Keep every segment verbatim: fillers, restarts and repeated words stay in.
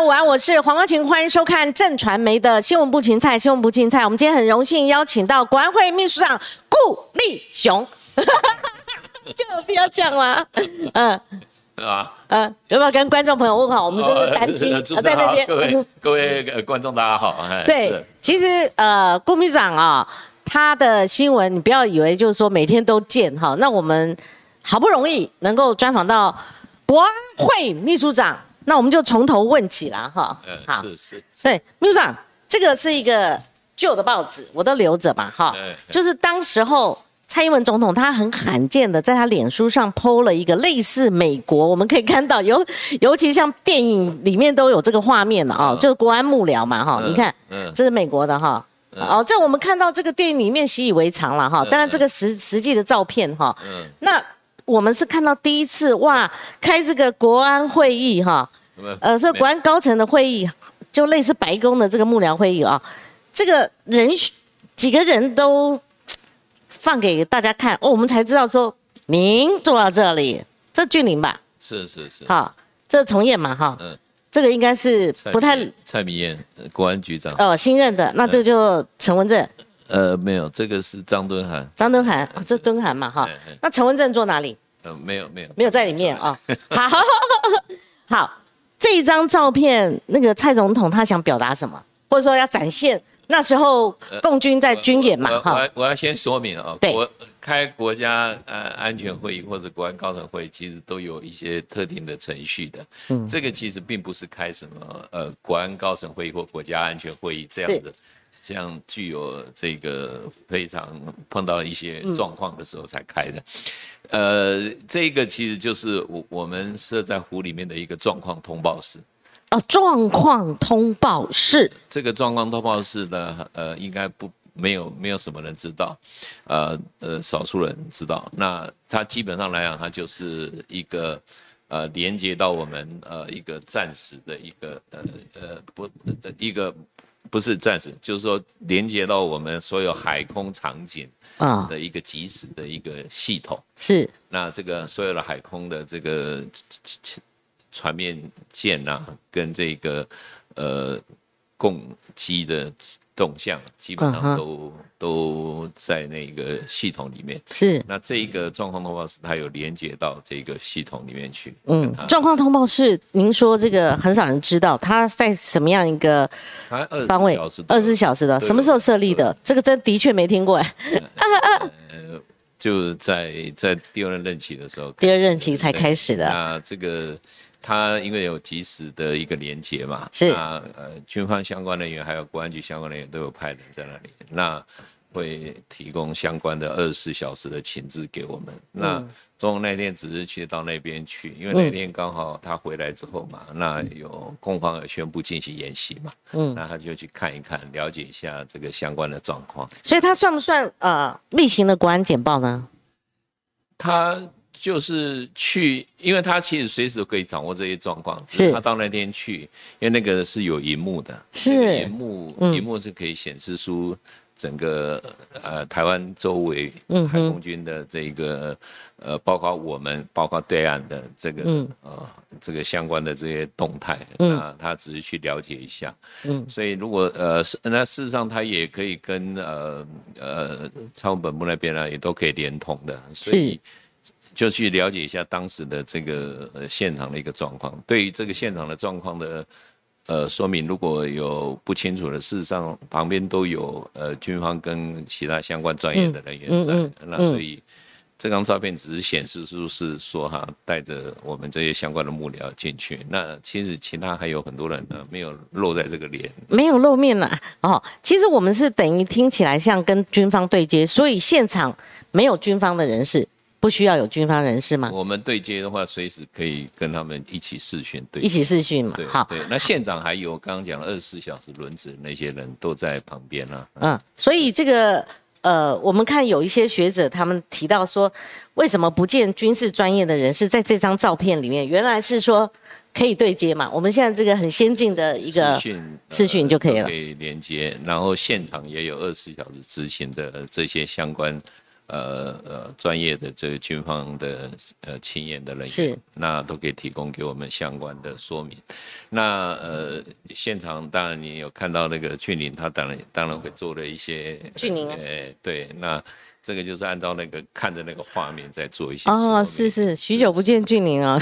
午安，我是黄光芹，欢迎收看正传媒的新闻部芹菜，新闻部芹菜。我们今天很荣幸邀请到国安会秘书长顾立雄，这有必要讲吗？嗯。 啊， 呃，有没有跟观众朋友问好？我们这是单机、 哦呃、在那边。 各位各位、呃、观众大家好。 对，其实呃，顾秘书长啊、哦，他的新闻你不要以为就是说每天都见哈。那我们好不容易能够专访到国安会秘书长，那我们就从头问起啦哈。 嗯， 好， 是是。 对，秘书长，这个是一个旧的报纸，我都留着嘛哈。就是当时候。蔡英文总统他很罕见的在他脸书上 po 了一个类似美国，我们可以看到尤尤其像电影里面都有这个画面了哦，就是国安幕僚嘛哈，你看，这是美国的哈，哦，这我们看到这个电影里面习以为常了哈，当然这个实实际的照片哈，那我们是看到第一次哇，开这个国安会议哈，呃，所以国安高层的会议就类似白宫的这个幕僚会议啊，这个人几个人都。放给大家看哦，我们才知道说您坐到这里，这俊霖吧？ 是是是。 好，这从彦嘛哈，嗯，这个应该是不太蔡明彦，国安局长哦，新任的，那这就陈文正。 呃，没有，这个是张敦涵。 张敦涵，哦、这敦涵嘛哈，那陈文正坐哪里？ 呃，没有没有没有在里面啊、哦。好，好，这一张照片，那个蔡总统他想表达什么，或者说要展现？那时候共军在军演嘛， 哈、呃，我我, 我要先说明啊、 哦， 国开国家呃安全会议或者国安高层会议，其实都有一些特定的程序的。嗯，这个其实并不是开什么呃国安高层会议或国家安全会议这样的，这样具有这个非常碰到一些状况的时候才开的。嗯、呃，这个其实就是我我们设在湖里面的一个状况通报室。 哦，状况通报室， 这个状况通报室呢，呃，应该不没有没有什么人知道，呃呃，少数人知道。那它基本上来讲，它就是一个呃连接到我们呃一个暂时的一个呃呃不一个不是暂时，就是说连接到我们所有海空场景啊的一个即时的一个系统。哦、 是。 那这个所有的海空的这个。船面舰啊，跟这个呃共机的动向，基本上都、uh-huh. 都在那个系统里面。 是， 那这一个状况通报室，它有连接到这个系统里面去。 嗯，状况通报室，您说这个很少人知道，它在什么样一个方位？二十四小时的，什么时候设立的？这个真的确没听过哎。 呃，就在在第二任任期的时候， 第二任期才开始的。 那这个。它因为有及时的一个连结嘛， 是那呃军方相关人员还有国安局相关人员都有派人在那里，那会提供相关的二十四小时的情资给我们。嗯、那总统那天只是去到那边去，因为那天刚好他回来之后嘛，嗯、那有攻方有宣布进行演习嘛，嗯，那他就去看一看，了解一下这个相关的状况。 所以他算不算呃例行的国安简报呢？ 他。就是去，因为他其实随时可以掌握这些状况。是他到那天去，因为那个是有萤幕的，是萤幕，萤幕是可以显示出整个呃台湾周围海空军的这个呃，包括我们，包括对岸的这个、嗯、呃这个相关的这些动态。嗯、那他只是去了解一下。嗯，所以如果呃那事实上他也可以跟呃呃参谋本部那边呢也都可以连通的，所以。就去了解一下当时的这个、呃、现场的一个状况。对于这个现场的状况的呃说明，如果有不清楚的，事实上旁边都有呃军方跟其他相关专业的人员在。嗯嗯嗯、那所以这张照片只是显示出是说哈带着我们这些相关的幕僚进去。那其实其他还有很多人呢没有露在这个脸， 没有露面啦。哦，其实我们是等于听起来像跟军方对接，所以现场没有军方的人士。不需要有军方人士吗？ 我们对接的话，随时可以跟他们一起视讯对接， 一起视讯嘛。 对， 好， 对。那现场还有刚刚讲了二十四小时轮值，那些人都在旁边啊。 嗯，所以这个呃，我们看有一些学者他们提到说，为什么不见军事专业的人士在这张照片里面？原来是说可以对接嘛。我们现在这个很先进的一个视讯， 视讯就可以了， 可以连接，然后现场也有二十四小时执行的这些相关。 呃呃专业的这个军方的呃亲验的人员， 是那都可以提供给我们相关的说明。那呃现场当然你有看到那个俊霖，他当然当然会做了一些俊霖， 呃对，那这个就是按照那个看着那个画面在做一些哦，是是，许久不见俊霖啊。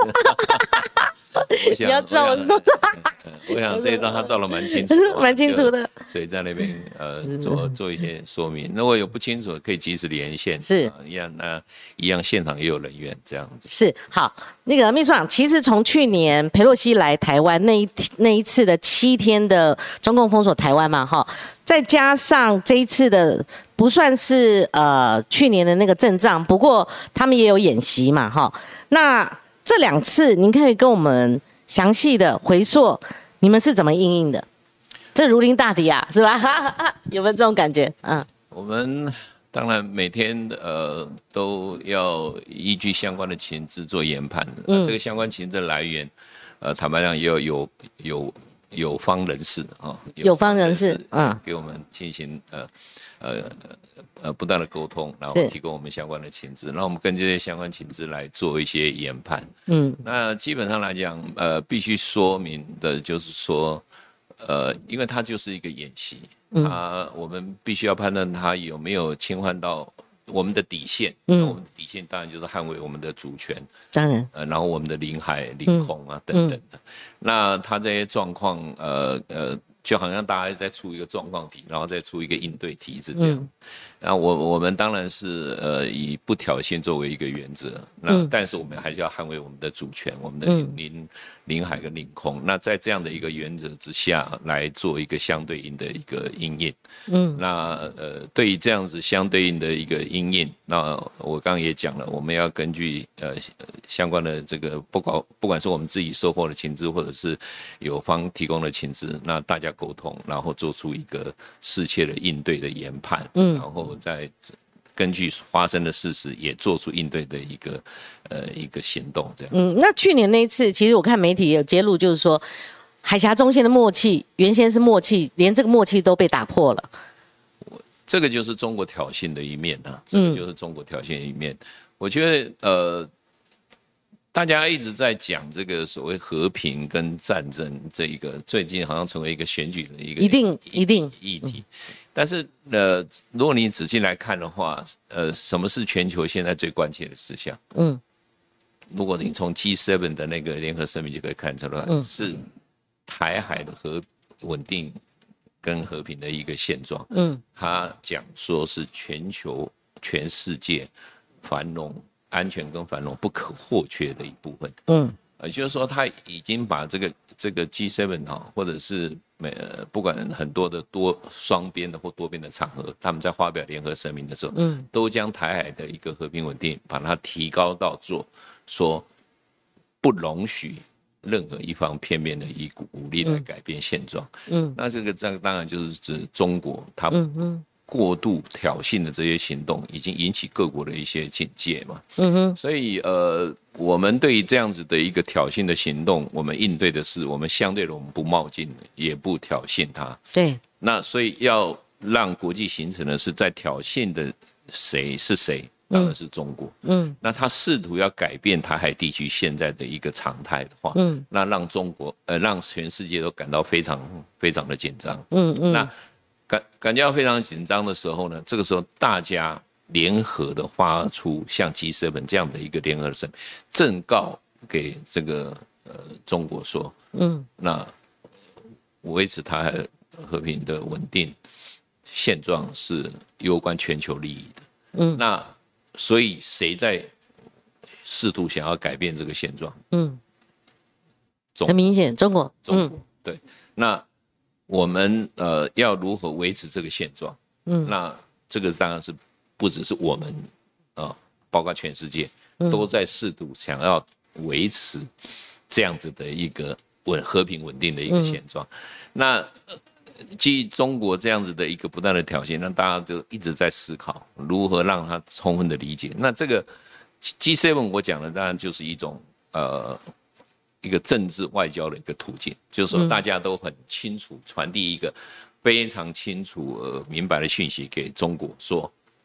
我想，你要知道我说，我想这一张他照得蛮清楚的， 蛮清楚的， 所以在那边呃做做一些说明。如果有不清楚，可以及时连线， 是、 呃、一样，那一样现场也有人员这样子。 是好，那个秘书长，其实从去年裴洛西来台湾那一那一次的七天的中共封锁台湾嘛，哈，再加上这一次的不算是呃去年的那个阵仗，不过他们也有演习嘛，哈，那。这两次，您可以跟我们详细的回溯，你们是怎么因应的？这如临大敌啊，是吧？有没有这种感觉？嗯， 我们当然每天呃都要依据相关的情资做研判的。嗯，这个相关情资的来源，呃，坦白讲也有有有有方人士啊， 有方人士，嗯， 给我们进行呃呃。呃，不断的沟通，然后提供我们相关的情资，然后我们根据这些相关情资来做一些研判。嗯，那基本上来讲，呃，必须说明的就是说，呃，因为它就是一个演习，嗯，它我们必须要判断它有没有侵犯到我们的底线。嗯，我们的底线当然就是捍卫我们的主权， 当然， 呃，然后我们的领海、领空啊、嗯、等等的。嗯、那它这些状况，呃呃。就好像大家在出一个状况题，然后再出一个应对题是这样。嗯、然后我我们当然是呃以不挑衅作为一个原则，那、嗯、但是我们还是要捍卫我们的主权，我们的领领海跟领空。那在这样的一个原则之下来做一个相对应的一个因应。嗯，那呃对于这样子相对应的一个因应，那我刚刚也讲了，我们要根据呃相关的这个不管不管是我们自己收获的情资，或者是友方提供的情资，那大家沟通，然后做出一个适切的应对的研判，嗯，然后再根据发生的事实也做出应对的一个呃一个行动，这样。 嗯，那去年那一次，其实我看媒体也有揭露，就是说海峡中线的默契，原先是默契，连这个默契都被打破了。 这个就是中国挑衅的一面啊，这个就是中国挑衅的一面。嗯、我觉得呃。大家一直在讲这个所谓和平跟战争，这一个最近好像成为一个选举的一个一定一定议题。但是呃，如果你仔细来看的话，呃，什么是全球现在最关切的事项？嗯，如果你从 G 七 的那个联合声明就可以看出来，嗯、是台海的和稳定跟和平的一个现状。嗯，他讲说是全球全世界繁荣。安全跟繁荣不可或缺的一部分，嗯，也就是说，他已经把这个这个 G 七 啊，或者是呃不管很多的多双边的或多边的场合，他们在发表联合声明的时候，嗯，都将台海的一个和平稳定，把它提高到做说不容许任何一方片面的以武力来改变现状，嗯，那这个这当然就是指中国，他嗯嗯。过度挑衅的这些行动已经引起各国的一些警戒嘛，嗯哼，所以呃，我们对于这样子的一个挑衅的行动，我们应对的是，我们相对的我们不冒进，也不挑衅它， 对， 那所以要让国际形成的是在挑衅的谁是谁，当然是中国，嗯，那他试图要改变台海地区现在的一个常态的话，嗯，那让中国呃让全世界都感到非常非常的紧张，嗯嗯，那。感感觉到非常紧张的时候呢，这个时候大家联合的发出像 G 七 这样的一个联合声明，正告给这个呃中国说，嗯，那维持台海和平的稳定现状是攸关全球利益的，嗯，那所以谁在试图想要改变这个现状？嗯， 很明显，中国， 中国，嗯、对，那。我们呃要如何维持这个现状？嗯，那这个当然是不只是我们啊、呃，包括全世界都在试图想要维持这样子的一个稳和平稳定的一个现状。嗯、那、呃、基于中国这样子的一个不断的挑衅，那大家就一直在思考如何让他充分的理解。那这个 G 七 我讲的当然就是一种呃。一个政治外交的一个途径，就是说大家都很清楚传递一个非常清楚、呃、明白的讯息给中国，说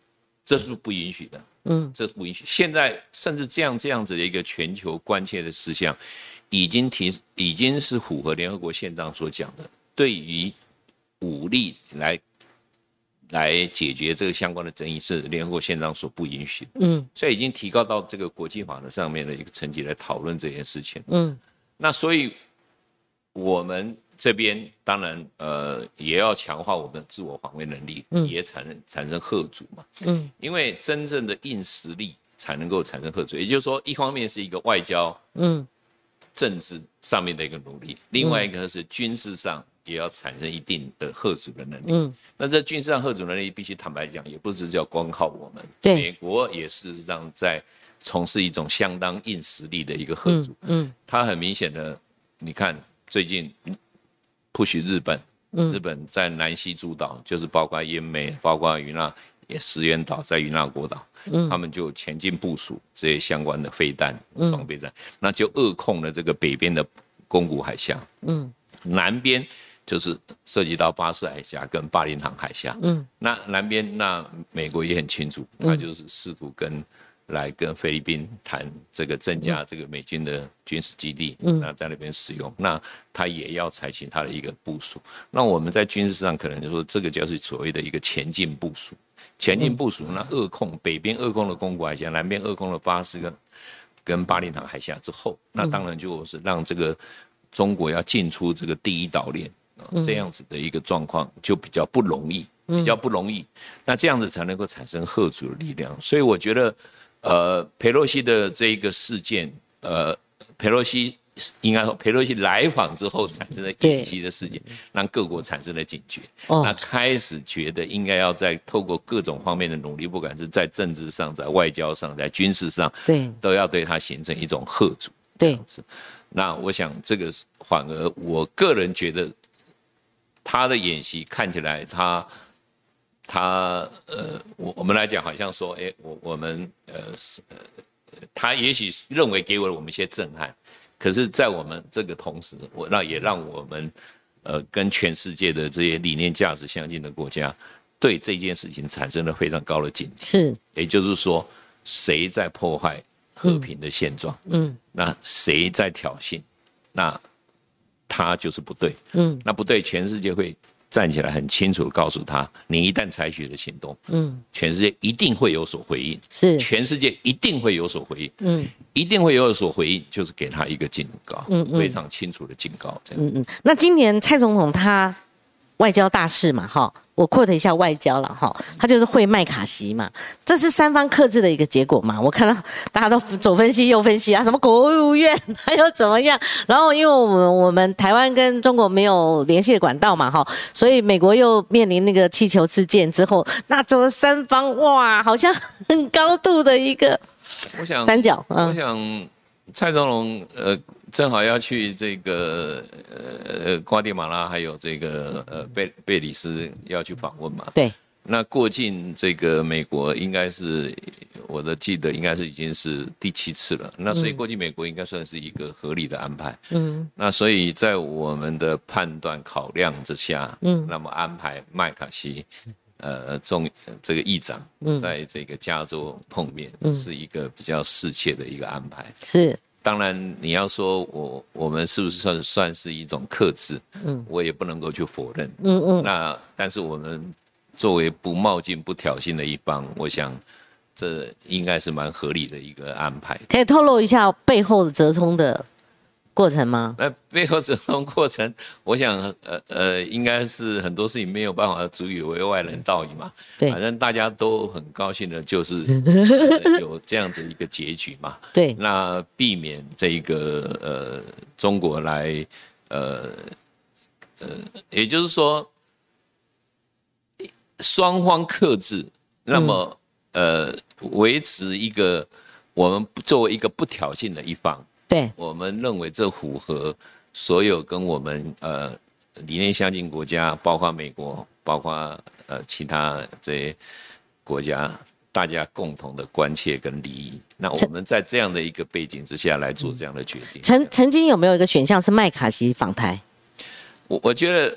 这是不允许的。嗯，这是不允许。现在甚至这样这样子的一个全球关切的事项，已经提已经是符合联合国宪章所讲的，对于武力来来解决这个相关的争议是联合国宪章所不允许的。嗯，所以已经提高到这个国际法的上面的一个层级来讨论这件事情。嗯，那所以我们这边当然呃也要强化我们自我防卫能力，嗯、也产生产生吓阻嘛。嗯，因为真正的硬实力才能够产生吓阻，也就是说，一方面是一个外交、嗯政治上面的一个努力，另外一个是军事上也要产生一定的吓阻的能力。嗯，那这军事上吓阻能力必须坦白讲，也不是叫光靠我们，对，美国也事实上在从事一种相当硬实力的一个吓阻。嗯，嗯它很明显的，你看最近。push 日本，日本在南西诸岛，就是包括奄美，包括与那也石垣岛，在与那国岛，嗯、他们就前进部署这些相关的飞弹、装备战，嗯、那就扼控了这个北边的宫古海峡，嗯、南边就是涉及到巴士海峡跟巴林航海峡，嗯、那南边那美国也很清楚，他就是试图跟。来跟菲律宾谈这个增加这个美军的军事基地，嗯、那在那边使用，那他也要采取他的一个部署。那我们在军事上可能就说这个就是所谓的一个前进部署，前进部署，那扼控北边扼控了宫古海峡，南边扼控了巴士跟跟巴林航海峡之后，那当然就是让这个中国要进出这个第一岛链，呃、这样子的一个状况就比较不容易，比较不容易。那这样子才能够产生吓阻的力量。所以我觉得。呃，裴洛西的这一个事件，呃，裴洛西应该说裴洛西来访之后产生的紧急的事件，让各国产生了警觉，哦、那开始觉得应该要在透过各种方面的努力，不管是在政治上、在外交上、在军事上，对，都要对它形成一种吓阻。对，那我想这个反而我个人觉得，他的演习看起来他。他呃，我我们来讲，好像说，哎，我我们呃呃，他也许认为给我了我们一些震撼，可是，在我们这个同时，我那也让我们呃跟全世界的这些理念价值相近的国家，对这件事情产生了非常高的警惕。是，也就是说，谁在破坏和平的现状？嗯，那谁在挑衅？那他就是不对。嗯，那不对，全世界会。站起来很清楚地告诉他，你一旦采取了行动，嗯，全世界一定会有所回应，是，全世界一定会有所回应，嗯，一定会有所回应，就是给他一个警告，嗯嗯，非常清楚的警告，这样，嗯嗯。 那今年蔡总统他外交大事嘛，哈，我 quote 一下外交了哈，他就是会麦卡锡嘛，这是三方克制的一个结果嘛。我看到大家都左分析右分析啊，什么国务院还有怎么样，然后因为我们我们台湾跟中国没有联系的管道嘛，哈，所以美国又面临那个气球事件之后，那这三方哇，好像很高度的一个我想三角， 嗯、我想蔡总统呃。正好要去这个呃瓜地马拉还有这个呃贝贝里斯要去访问嘛？对。那过境这个美国应该是我的记得应该是已经是第七次了。那所以过境美国应该算是一个合理的安排。嗯。那所以在我们的判断考量之下，嗯，那么安排麦卡锡呃众这个议长在这个加州碰面，嗯、是一个比较适切的一个安排。是。当然，你要说我我们是不是算算是一种克制？嗯，我也不能够去否认。嗯嗯。那但是我们作为不冒进、不挑衅的一方，我想这应该是蛮合理的一个安排。 可以透露一下背后的折冲的过程吗？ 那背后折冲过程，我想呃呃，应该是很多事情没有办法主以为外人道矣嘛。对，反正大家都很高兴的，就是、呃、有这样子一个结局嘛。对，那避免这一个呃中国来呃呃，也就是说双方克制，那么、嗯、呃维持一个我们作为一个不挑衅的一方。对，我们认为这符合所有跟我们呃理念相近国家，包括美国，包括呃其他这些国家，大家共同的关切跟利益。那我们在这样的一个背景之下来做这样的决定。 曾曾经有没有一个选项是麦卡锡访台？ 我我觉得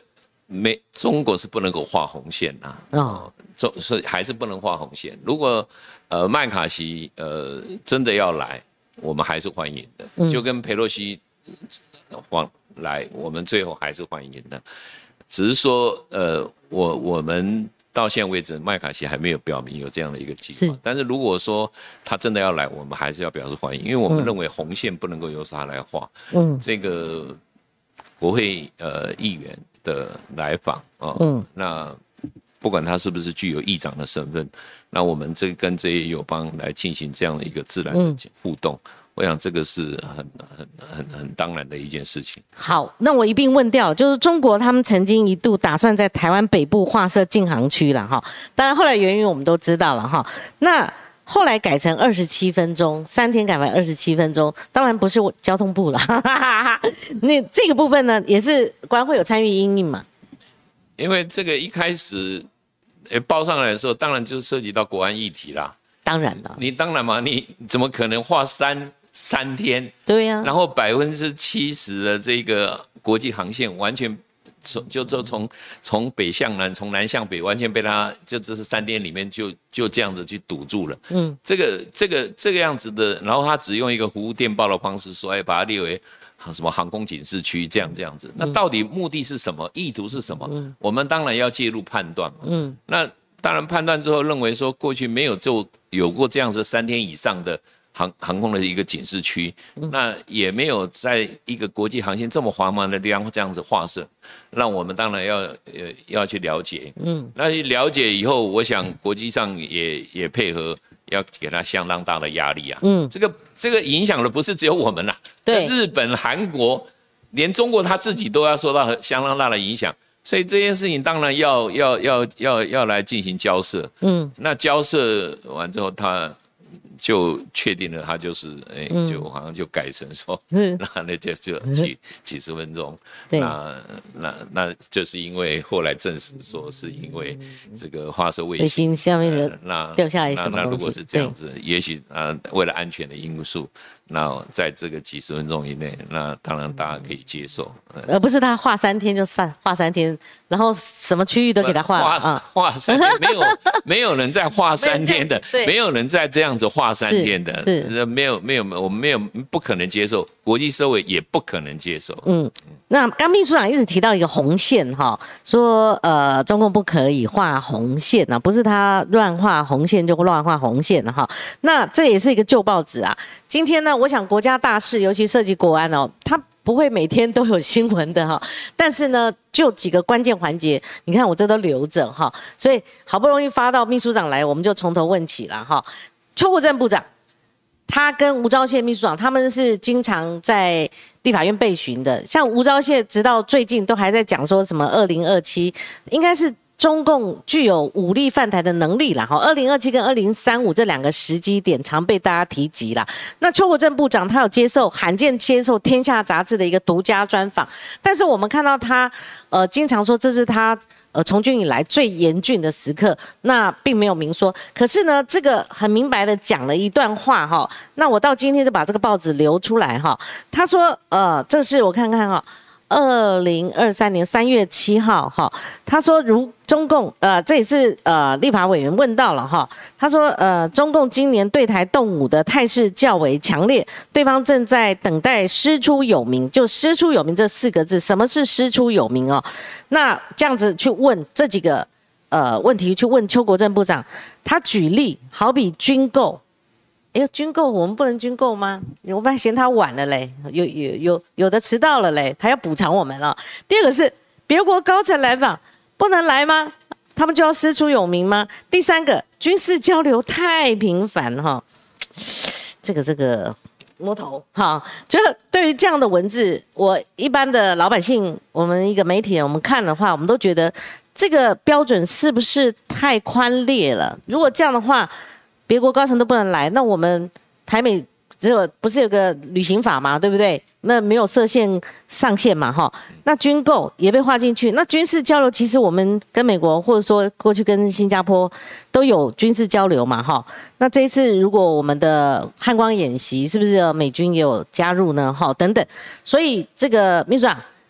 没中国是不能够画红线呐、啊，哦，中是还是不能画红线。如果呃麦卡锡呃真的要来，我们还是欢迎的，嗯、就跟佩洛西往来，我们最后还是欢迎的。只是说呃我我们到现在为止，麦卡锡还没有表明有这样的一个计划。但是如果说他真的要来，我们还是要表示欢迎，因为我们认为红线不能够由他来画。嗯，这个国会呃议员的来访啊，嗯，那不管他是不是具有议长的身份，那我们这跟这些友邦来进行这样的一个自然的互动，嗯、我想这个是很很很很当然的一件事情。 好，那我一并问掉，就是中国他们曾经一度打算在台湾北部划设禁航区了哈，当然后来原因我们都知道了哈，那。后来改成二十七分钟，三天改为二十七分钟，当然不是交通部了。那这个部分呢，也是国安会有参与因应嘛？ 因为这个一开始报上来的时候，当然就涉及到国安议题啦。 当然了， 你当然嘛，你怎么可能花三三天？ 对呀、啊。 然后百分之七十的这个国际航线完全。就就从从北向南，从南向北，完全被他就这是三天里面就就这样子去堵住了。嗯，这个这个这个样子的，然后他只用一个服务电报的方式说，哎，把它列为什么航空警示区，这样这样子。那到底目的是什么？意图是什么？嗯、我们当然要介入判断嘛。嗯，那当然判断之后认为说，过去没有就有过这样子三天以上的。航航空的一个警示区，那也没有在一个国际航线这么繁忙的地方这样子划设，那我们当然要呃要去了解，嗯，那了解以后，我想国际上也也配合，要给他相当大的压力啊，嗯，这个这个影响的不是只有我们啦，对，日本、韩国，连中国他自己都要受到相当大的影响。所以这件事情当然要要要要要来进行交涉，嗯，那交涉完之后他。就确定了，他就是哎、欸，就好像就改成说，嗯、那那就就几几十分钟，那那那就是因为后来证实说是因为这个发射卫星下面的那掉下来什么东西， 那那如果是这样子，也许啊为了安全的因素，那在这个几十分钟以内，那当然大家可以接受， 而不是他画三天就散，画三天，然后什么区域都给他画， 画画三天，没有没有人在画三天的，没有人在这样子画。三天的，是是没有没有我们没有不可能接受，国际社会也不可能接受。嗯， 那刚秘书长一直提到一个红线哈，说呃中共不可以画红线啊，不是他乱画红线就乱画红线哈。那这也是一个旧报纸啊。今天呢，我想国家大事，尤其涉及国安哦，它不会每天都有新闻的哈。但是呢，就几个关键环节，你看我这都留着哈，所以好不容易发到秘书长来，我们就从头问起了哈。邱国正部长，他跟吴钊燮秘书长，他们是经常在立法院备询的。像吴钊燮，直到最近都还在讲说什么二零二七，应该是中共具有武力犯台的能力啦。哈，二零二七跟二零三五这两个时机点常被大家提及啦。那邱国正部长他有接受罕见接受《天下》杂志的一个独家专访，但是我们看到他呃经常说这是他。呃，从军以来最严峻的时刻，那并没有明说。可是呢，这个很明白的讲了一段话哈。那我到今天就把这个报纸留出来哈。他说，呃，这是我看看哈，二零二三年三月七号哈。他说，如中共呃，这也是呃立法委员问到了哈。他说，呃，中共今年对台动武的态势较为强烈，对方正在等待师出有名。就师出有名这四个字，什么是师出有名哦？那这样子去问这几个呃问题，去问邱国正部长，他举例，好比军购，哎呦，军购我们不能军购吗？我们还嫌他晚了嘞，有有有有的迟到了嘞，还要补偿我们了。第二个是别国高层来访，不能来吗？他们就要师出有名吗？第三个，军事交流太频繁哈，这个这个。摸头哈，就是对于这样的文字，我一般的老百姓，我们一个媒体人，我们看的话，我们都觉得这个标准是不是太宽烈了？如果这样的话，别国高层都不能来，那我们台美只有不是有个旅行法嘛，对不对？那没有设限上限嘛，哈。那军购也被划进去，那军事交流其实我们跟美国或者说过去跟新加坡都有军事交流嘛，哈。那这一次如果我们的汉光演习是不是美军也有加入呢？哈，等等。所以这个秘书长，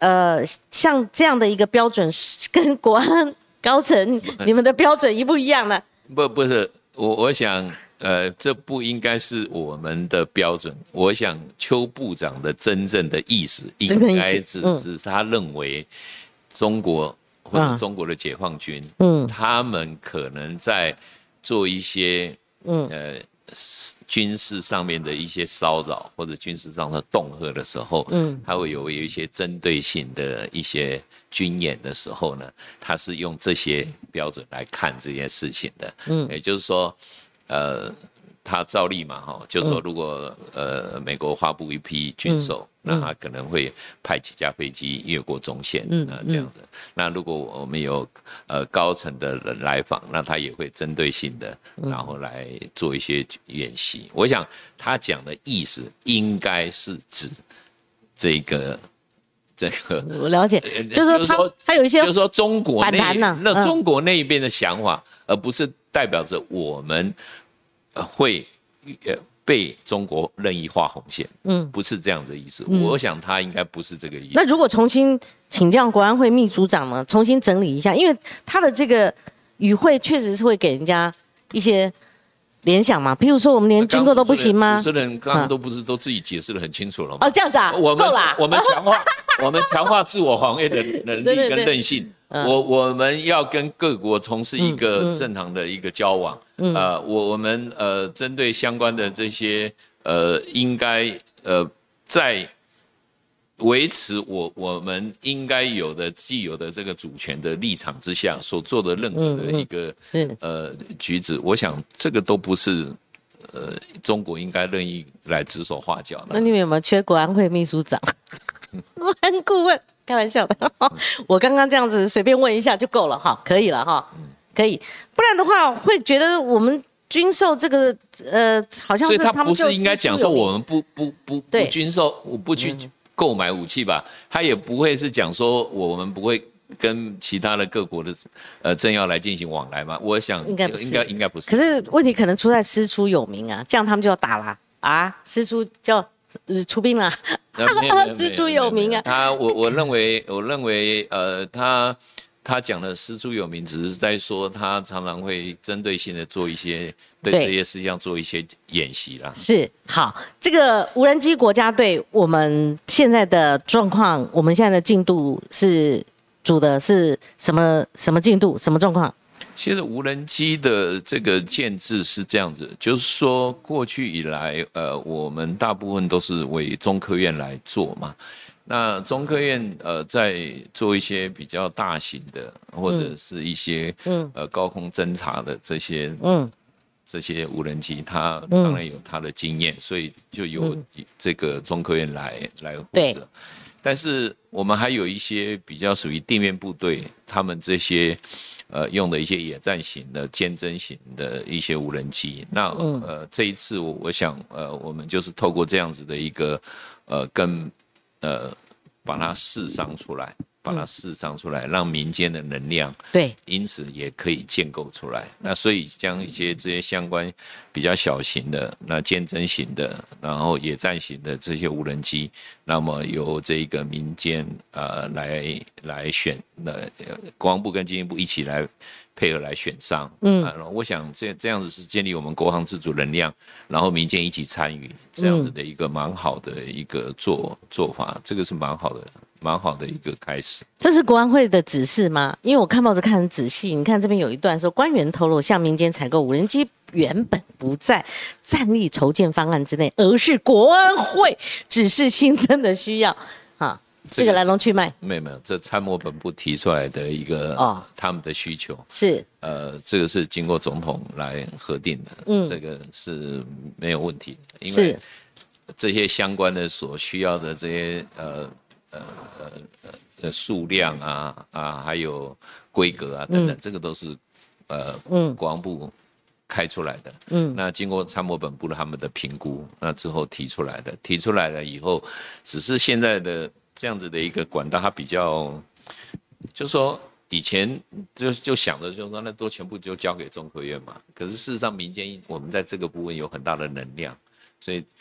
呃，像这样的一个标准，跟国安高层你们的标准一不一样呢？ 不，不是，我我想，呃，这不应该是我们的标准。我想邱部长的真正的意思，应该只是他认为中国或者中国的解放军，嗯，他们可能在做一些，嗯，呃。军事上面的一些骚扰或者军事上的恫吓的时候，嗯，他会有有一些针对性的一些军演的时候呢，他是用这些标准来看这件事情的，嗯，也就是说，呃，他照例嘛，哈，就是说如果呃美国发布一批军售，嗯，那他可能会派几架飞机越过中线，嗯，那这样的。那如果我们有呃高层的人来访，那他也会针对性的，然后来做一些演习。我想他讲的意思应该是指这个。这个我了解，就是说他他有一些就是说中国反弹呢， 那中国那边的想法，而不是代表着我们会被中国任意画红线，嗯，不是这样的意思。嗯，我想他应该不是这个意思。 那如果重新请教国安会秘书长呢，重新整理一下，因为他的这个语汇确实是会给人家一些联想嘛，譬如说我们连军购都不行吗？ 主持人刚刚都不是都自己解释得很清楚了吗？ 哦，这样子啊， 我们够啦， 我们强化我们强化自我防卫的能力跟韧性。对对对，我我们要跟各国从事一个正常的一个交往。嗯嗯、呃，我我们呃针对相关的这些呃，应该呃在维持我我们应该有的既有的这个主权的立场之下所做的任何的一个、嗯嗯、呃举止，我想这个都不是呃中国应该任意来指手画脚的。 那你们有没有缺国安会秘书长？国安顾问？开玩笑的，我刚刚这样子随便问一下就够了哈，可以了哈，可以。不然的话会觉得我们军售这个呃，好像是他们就所以他不是应该讲说我们不不不不军售，我不去购买武器吧？他也不会是讲说我们不会跟其他的各国的呃政要来进行往来嘛？我想应该应该应该不是。 可是问题可能出在师出有名啊，这样他们就要打啦啊，师出就。出兵啦，师出有名啊。 他我我认为我认为呃他他讲的师出有名，只是在说他常常会针对性的做一些对这些事情上做一些演习啦。 是好，这个无人机国家队，我们现在的状况，我们现在的进度是组的是什么什么进度，什么状况？ 其实无人机的这个建制是这样子，就是说过去以来，呃，我们大部分都是为中科院来做嘛。那中科院呃在做一些比较大型的，或者是一些、嗯、呃高空侦察的这些嗯这些无人机，它当然有它的经验，所以就由这个中科院来来负责。但是我们还有一些比较属于地面部队，他们这些。呃，用的一些野战型的、尖侦型的一些无人机，那呃这一次我我想呃我们就是透过这样子的一个呃跟呃把它释放出来，把它释放出来，让民间的能量对， 因此也可以建构出来。那所以将一些这些相关比较小型的、那尖侦型的，然后野战型的这些无人机，那么由这个民间呃来来选，呃国防部跟经济部一起来配合来选上。嗯，啊、我想这这样子是建立我们国防自主能量，然后民间一起参与这样子的一个蛮好的一个做做法，这个是蛮好的。蛮好的一个开始。 这是国安会的指示吗？因为我看报纸看很仔细，你看这边有一段说，官员透露向民间采购无人机原本不在战力筹建方案之内，而是国安会只是新增的需要。哈，这个来龙去脉。 没有没有，这参谋本部提出来的一个、哦、他们的需求是呃，这个是经过总统来核定的，嗯，这个是没有问题的，因为这些相关的所需要的这些呃。呃呃呃数量啊啊，还有规格啊等等，嗯、这个都是呃嗯国防部开出来的。嗯，那经过参谋本部的他们的评估，那之后提出来的，提出来了以后，只是现在的这样子的一个管道，它比较，就说以前就就想着就是说，那都全部就交给中科院嘛。可是事实上，民间我们在这个部分有很大的能量，所以这。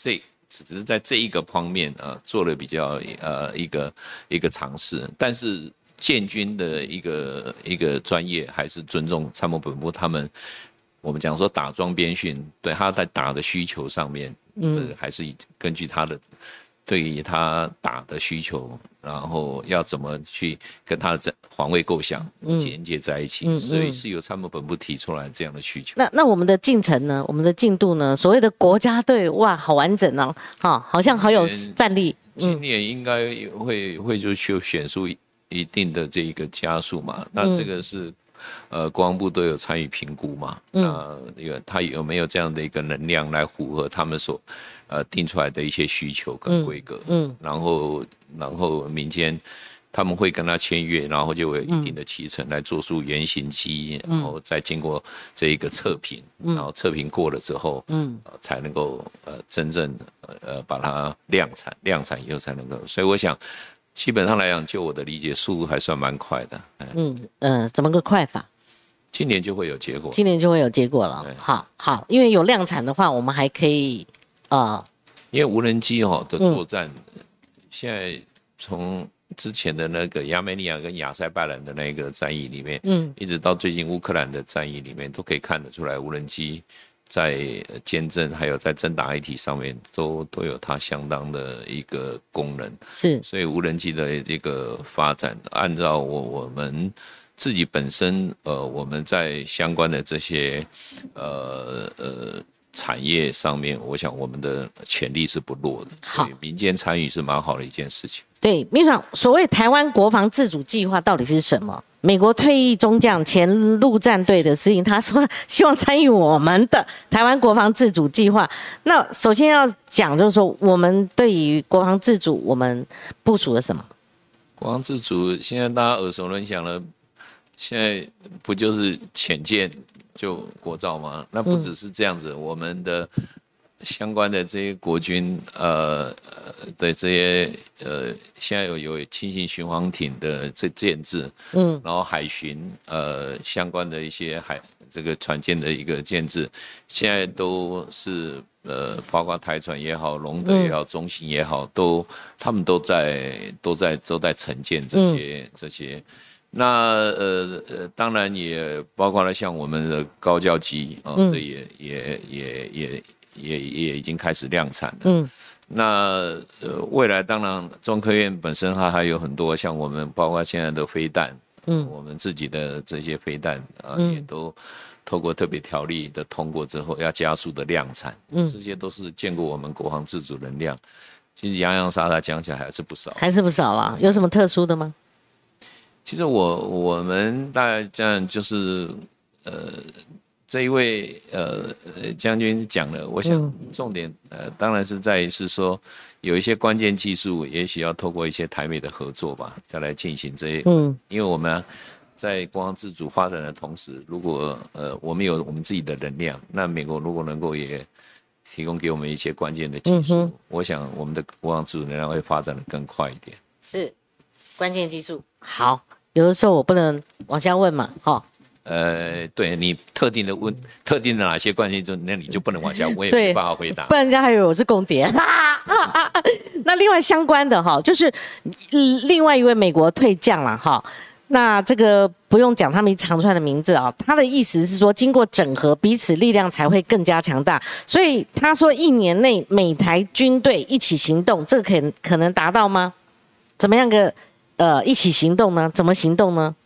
只是在这一个方面啊、呃、做了比较呃一个一个尝试，但是建军的一个一个专业还是尊重参谋本部他们。我们讲说打桩编训，对他在打的需求上面，嗯，还是根据他的对于他打的需求，然后要怎么去跟他的防卫构想连接在一起，嗯嗯嗯、所以是由参谋本部提出来这样的需求。 那那我们的进程呢？我们的进度呢？所谓的国家队，哇，好完整哦，好，好像好有战力。 今年应该会会就去选出一定的这一个加速嘛？那这个是。呃，国防部都有参与评估嘛？嗯，呃，他有没有这样的一个能量来符合他们所呃定出来的一些需求跟规格？嗯，嗯然后然后民间他们会跟他签约，然后就有一定的期程来做出原型机，嗯、然后再经过这一个测评，嗯、然后测评过了之后，嗯、呃，才能够呃真正呃把它量产，量产以后才能够。所以我想。基本上来讲，就我的理解，速度还算蛮快的。 嗯，呃，怎么个快法？ 今年就会有结果。 今年就会有结果了。好，好，因为有量产的话，我们还可以呃， 因为无人机哦的作战，嗯、现在从之前的那个亚美尼亚跟亚塞拜然的那个战役里面，嗯，一直到最近乌克兰的战役里面，都可以看得出来，无人机。在监侦还有在侦打一体上面都都有它相当的一个功能， 是， 所以无人机的这个发展，按照我我们自己本身呃我们在相关的这些呃呃产业上面，我想我们的潜力是不弱的， 好， 民间参与是蛮好的一件事情。 对，秘书长，所谓台湾国防自主计划到底是什么？美国退役中将前陆战队的司令他说希望参与我们的台湾国防自主计划。那首先要讲就是说，我们对于国防自主我们部署了什么？ 国防自主现在大家耳熟能详了，现在不就是潜舰就国造吗？那不只是这样子，嗯、我们的相关的这些国军呃的这些呃，现在有有轻型巡航艇的这建制，嗯，然后海巡呃相关的一些海这个船舰的一个建制，现在都是呃包括台船也好，龙德也好，中型也好，都他们都在都在都在承建这些、嗯、这些。那呃呃，当然也包括了像我们的高教机啊、呃，这也也也也。也也已经开始量产了。嗯，那呃未来当然中科院本身它还有很多像我们包括现在的飞弹，嗯，我们自己的这些飞弹啊、呃嗯、也都透过特别条例的通过之后，要加速的量产，嗯，这些都是建构我们国防自主能量。其实洋洋洒洒讲起来还是不少， 还是不少啦。有什么特殊的吗？ 其实我我们大概这样就是呃。这一位呃将军讲了，我想重点呃当然是在于是说有一些关键技术，也许要透过一些台美的合作吧，再来进行这些。嗯，因为我们、啊、在国防自主发展的同时，如果呃我们有我们自己的能量，那美国如果能够也提供给我们一些关键的技术，嗯、我想我们的国防自主能量会发展得更快一点。 是关键技术。好，有的时候我不能往下问嘛，哈。 呃，对你特定的问特定的哪些关键就那你就不能往下，我也没办法回答， 不然人家还以为我是共谍。那另外相关的哈，就是另外一位美国退将啦哈，那这个不用讲他们一长串的名字啊，他的意思是说，经过整合，彼此力量才会更加强大。所以他说，一年内美台军队一起行动，这个可可能达到吗？怎么样个呃一起行动呢？怎么行动呢？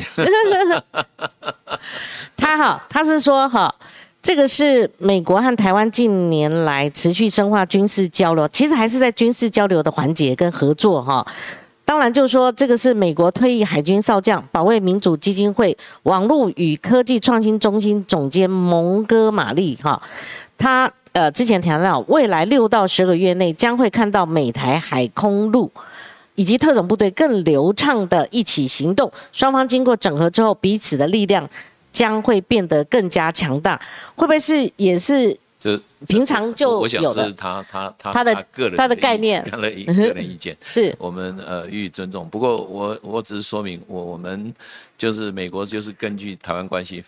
他哈，他是说哈，这个是美国和台湾近年来持续深化军事交流，其实还是在军事交流的环节跟合作哈。当然就是说，这个是美国退役海军少将、保卫民主基金会网络与科技创新中心总监蒙哥马利哈，他呃之前谈到，未来六到十个月内将会看到美台海空陆以及特种部队更流畅的一起行动，双方经过整合之后，彼此的力量将会变得更加强大。会不会是也是这平常就有的？ 我想这是他他他他的个人他的概念， 他的个人意见是我们呃予以尊重。不过我我只是说明，我我们就是美国就是根据台湾关系法，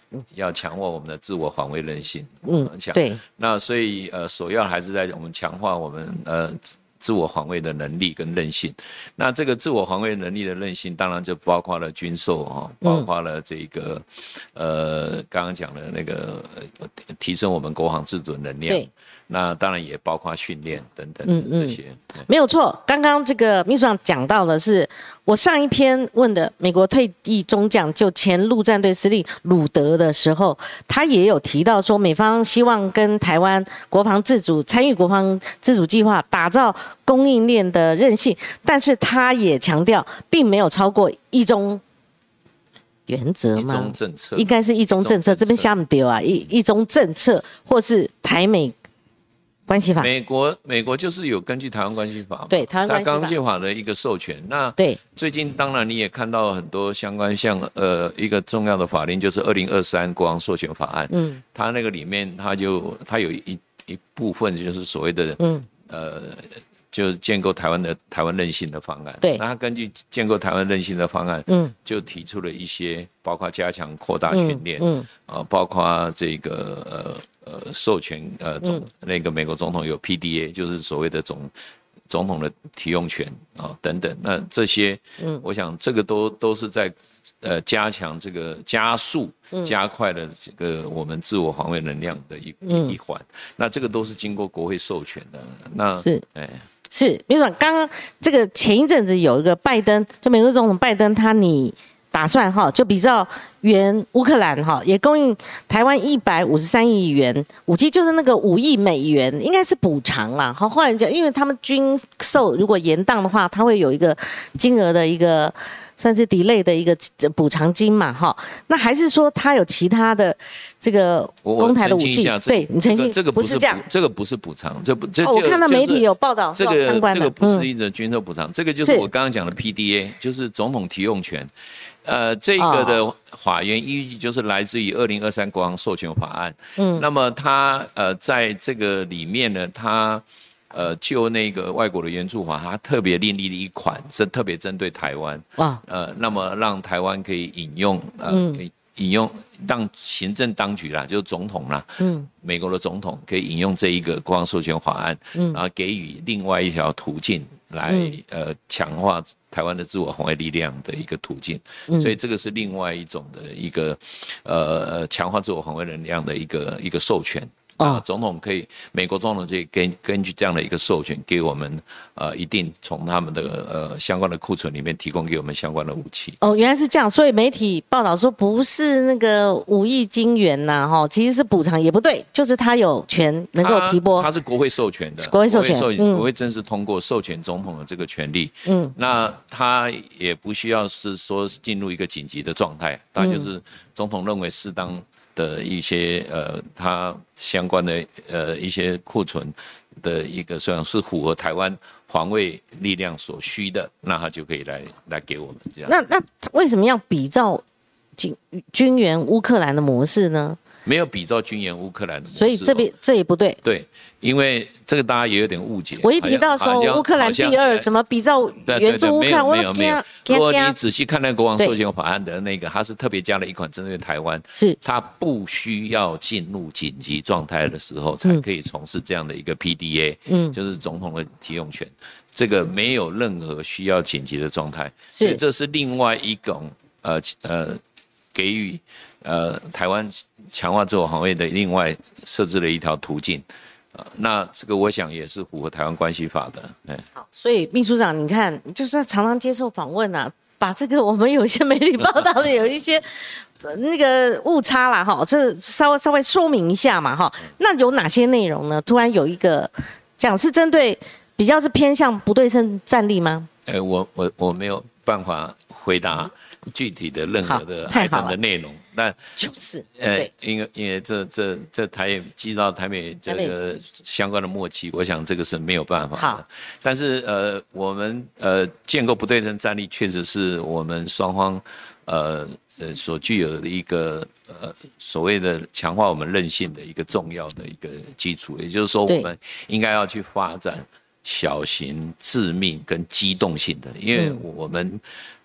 要强化我们的自我防卫韧性。 嗯，对。 那所以呃，首要还是在我们强化我们呃。自我防卫的能力跟韧性，那这个自我防卫能力的韧性，当然就包括了军售哈，包括了这个、嗯、呃刚刚讲的那个提升我们国防自主能量，对，那当然也包括训练等等这些。嗯嗯、 没有错，刚刚这个秘书长讲到的是我上一篇问的美国退役中将，就前陆战队司令鲁德的时候，他也有提到说，美方希望跟台湾国防自主参与国防自主计划，打造供应链的韧性，但是他也强调，并没有超过一中原则吗？ 一中政策应该是一中政策，这边瞎不丢啊！一一中政策或是台美关系法， 美国美国就是有根据台湾关系法， 对台湾关系法， 关系法的一个授权。那对最近当然你也看到很多相关像呃一个重要的法令，就是二零二三国防授权法案，嗯，它那个里面它就它有一一部分就是所谓的嗯呃。就是建构台湾的台湾韧性的方案， 对， 那他根据建构台湾韧性的方案，嗯，就提出了一些，包括加强扩大训练，嗯，啊、呃，包括这个呃呃授权呃总、嗯、那个美国总统有 P D A， 就是所谓的总总统的提用权啊、呃、等等，那这些，嗯，我想这个都都是在呃加强这个加速。加快了这个我们自我防卫能量的一、嗯、一环，那这个都是经过国会授权的。那是，哎，是，秘书长，刚刚这个前一阵子有一个拜登，就美国总统拜登，他你打算哈，就比照援乌克兰哈，也供应台湾一百五十三亿元武器，就是那个五亿美元，应该是补偿啦。好，后来就因为他们军售如果延宕的话，它会有一个金额的一个。算是 delay 的一个补偿金嘛，哈，那还是说他有其他的这个攻台的武器？对，你澄清， 这个不是这样， 这个不是补偿，这不这、 哦、我看到媒体有报道， 这个相关的， 这个不是一个军售补偿，嗯、这个就是我刚刚讲的 P D A， 就是总统提用权。呃，这个的法源依据就是来自于二零二三国防授权法案。嗯，那么它呃在这个里面呢，它。呃，就那个外国的援助法，它特别另立了一款，是特别针对台湾。哇，呃，那么让台湾可以引用，呃，嗯、可以引用让行政当局啦，就是总统啦，嗯，美国的总统可以引用这一个国防授权法案，嗯，然后给予另外一条途径来，嗯、呃，强化台湾的自我防卫力量的一个途径。嗯、所以这个是另外一种的一个，呃，强化自我防卫能量的一个一个授权。啊，总统可以，美国总统可以根根据这样的一个授权，给我们呃一定从他们的呃相关的库存里面提供给我们相关的武器。 哦，原来是这样，所以媒体报道说不是那个五亿金元呐、啊，哈，其实是补偿也不对，就是他有权能够提拨， 他是国会授权的， 国会授权， 国会授权、嗯、国会正式通过授权总统的这个权利。嗯，那他也不需要是说进入一个紧急的状态，他就是总统认为适当。的一些呃，它相关的呃一些库存的一个，虽然是符合台湾防卫力量所需的，那它就可以来来给我们这样。 那那为什么要比照军军援乌克兰的模式呢？ 没有比照军援乌克兰的模式， 所以这边这也不对。 对，因为这个大家也有点误解。 我一提到说乌克兰第二，怎么比照援助乌克兰？ 没有没有。如果你仔细看那个国防授权法案的那个，它是特别加了一款针对台湾， 是它不需要进入紧急状态的时候才可以从事这样的一个 P D A， 嗯，就是总统的提用权。这个没有任何需要紧急的状态，所以这是另外一种呃呃给予。呃，台湾强化自我防卫的另外设置了一条途径，呃，那这个我想也是符合台湾关系法的。哎， 好，所以秘书长，你看，就是常常接受访问啊，把这个我们有些媒体报道的有一些那个误差啦，哈，这稍微稍微说明一下嘛，哈。那有哪些内容呢？突然有一个讲是针对比较是偏向不对称战力吗？ 哎，我我我没有办法回答。具体的任何的海政的内容，但就是呃，因为因为这这这台也基到台美这个相关的默契，我想这个是没有办法的。但是呃，我们呃建构不对称战力，确实是我们双方呃呃所具有的一个呃所谓的强化我们韧性的一个重要的一个基础。也就是说，我们应该要去发展小型、致命跟机动性的，因为我们。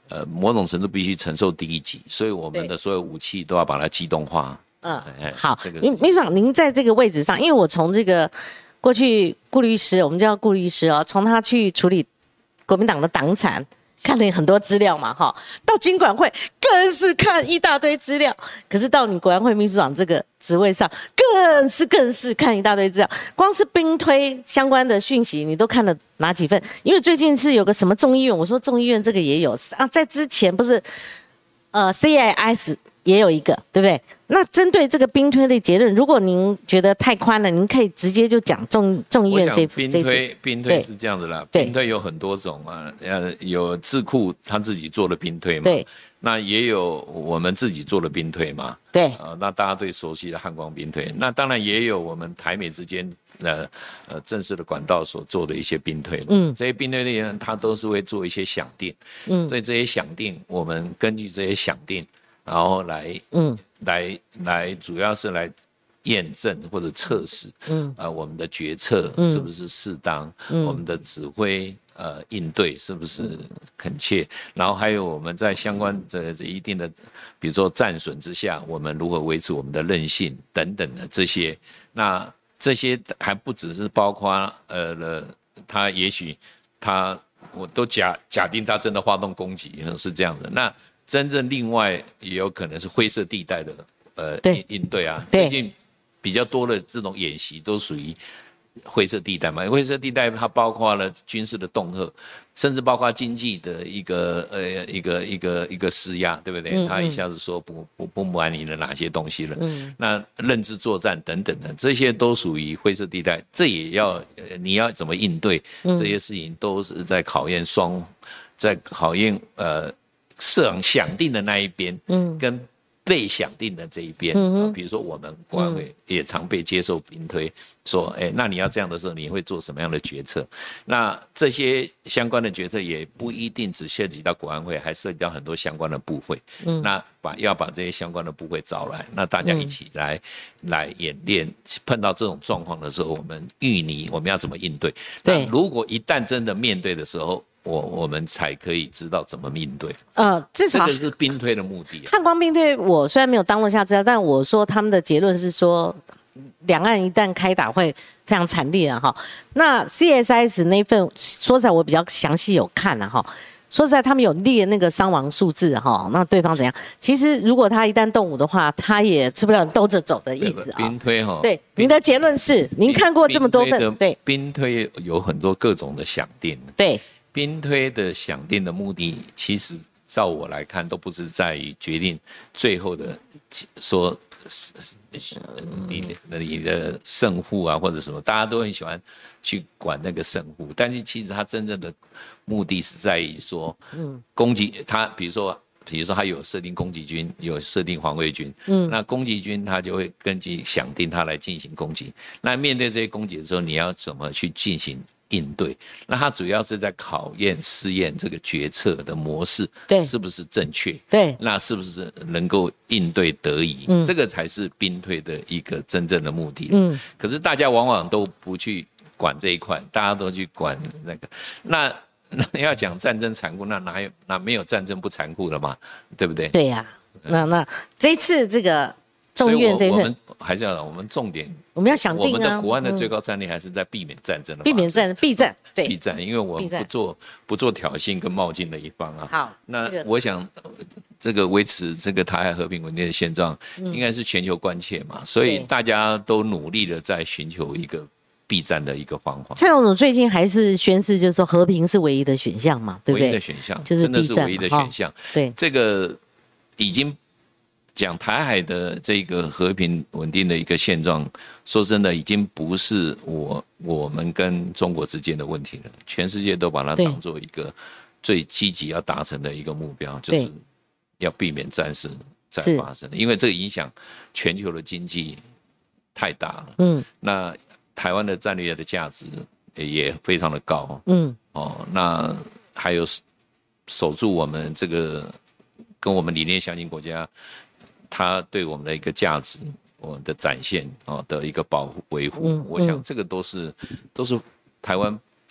呃某种程度必须承受第一击，所以我们的所有武器都要把它机动化。 嗯，好，这个秘书长，您在这个位置上，因为我从这个过去顾律师，我们叫顾律师哦，从他去处理国民党的党产，看了很多资料嘛，哈，到金管会更是看一大堆资料，可是到你国安会秘书长这个职位上，更是更是看一大堆资料，光是兵推相关的讯息，你都看了哪几份？因为最近是有个什么众议院，我说众议院这个也有啊，在之前不是呃 C I S。也有一个，对不对？那针对这个兵推的结论，如果您觉得太宽了，您可以直接就讲众众议院这兵推，兵推是这样子啦。兵推有很多种啊，呃，有智库他自己做的兵推嘛，对，那也有我们自己做的兵推嘛， 对， 啊、呃，那大家最熟悉的汉光兵推，那当然也有我们台美之间呃呃正式的管道所做的一些兵推，嗯，这些兵推的人他都是会做一些想定，嗯，所以这些想定，我们根据这些想定。然后来，嗯，来来，主要是来验证或者测试，嗯，啊、呃，我们的决策是不是适当，嗯，我们的指挥呃应对是不是恳切，然后还有我们在相关的这一定的，比如说战损之下，我们如何维持我们的韧性等等的这些，那这些还不只是包括呃了，他也许他我都假假定他真的发动攻击是这样的，那。真正另外也有可能是灰色地带的呃应对啊，最近比较多的这种演习都属于灰色地带嘛，灰色地带它包括了军事的恫吓，甚至包括经济的一个呃一个一个一个施压，对不对？嗯嗯他一下子说不不不满你的哪些东西了，嗯，那认知作战等等的这些都属于灰色地带，这也要、呃、你要怎么应对、嗯、这些事情都是在考验双，在考验呃。设想定的那一边，嗯，跟被想定的这一边，嗯、啊，比如说我们国安会也常被接受兵推，说，哎，那你要这样的时候，你会做什么样的决策？那这些相关的决策也不一定只涉及到国安会，还涉及到很多相关的部会，嗯，那把要把这些相关的部会找来，那大家一起来、嗯、来演练，碰到这种状况的时候，我们预拟我们要怎么应对？对，那如果一旦真的面对的时候。我我们才可以知道怎么应对。呃，至少这个是兵推的目的、啊。汉光兵推，我虽然没有当落下资料，但我说他们的结论是说，两岸一旦开打会非常惨烈啊哈。那 C S I S 那份说实在我比较详细有看啊哈。说实在，他们有列那个伤亡数字哈，那对方怎样？其实如果他一旦动武的话，他也吃不了兜着走的意思啊。 兵推哈， 对，您的结论是，您看过这么多份，对， 兵推有很多各种的想定， 对。 兵推的想定的目的，其实照我来看，都不是在于决定最后的说你你的胜负啊，或者什么，大家都很喜欢去管那个胜负，但是其实它真正的目的是在于说，攻击它，比如说。比如说，他有设定攻击军，有设定防卫军，嗯，那攻击军他就会根据想定他来进行攻击。那面对这些攻击的时候，你要怎么去进行应对？那他主要是在考验、试验这个决策的模式，对，是不是正确？ 对， 那是不是能够应对得宜？嗯，这个才是兵推的一个真正的目的。嗯，可是大家往往都不去管这一块，大家都去管那个那。那要讲战争残酷，那哪有哪没有战争不残酷的嘛？对不对？ 对呀、啊，那那这次这个众院这一份， 我们还是要我们重点， 我们要想定啊， 我们的国安的最高战力还是在避免战争的， 避免战争，避战，对， 避战，因为我们不做不做挑衅跟冒进的一方啊。 好， 那我想这个维持这个台海和平稳定的现状，应该是全球关切嘛，所以大家都努力的在寻求一个。避战的一个方法。 蔡总统最近还是宣示，就是说和平是唯一的选项嘛，对不对？ 唯一的选项，就是真的是唯一的选项。哦、 对， 这个已经讲台海的这个和平稳定的一个现状，说真的，已经不是我我们跟中国之间的问题了，全世界都把它当做一个最积极要达成的一个目标，就是要避免战事再发生，因为这个影响全球的经济太大了。嗯，那。台湾的战略的价值也非常的高，嗯，哦，那还有守住我们这个跟我们理念相近国家，它对我们的一个价值，我们的展现哦的一个保护维护，嗯嗯、我想这个都是都是台湾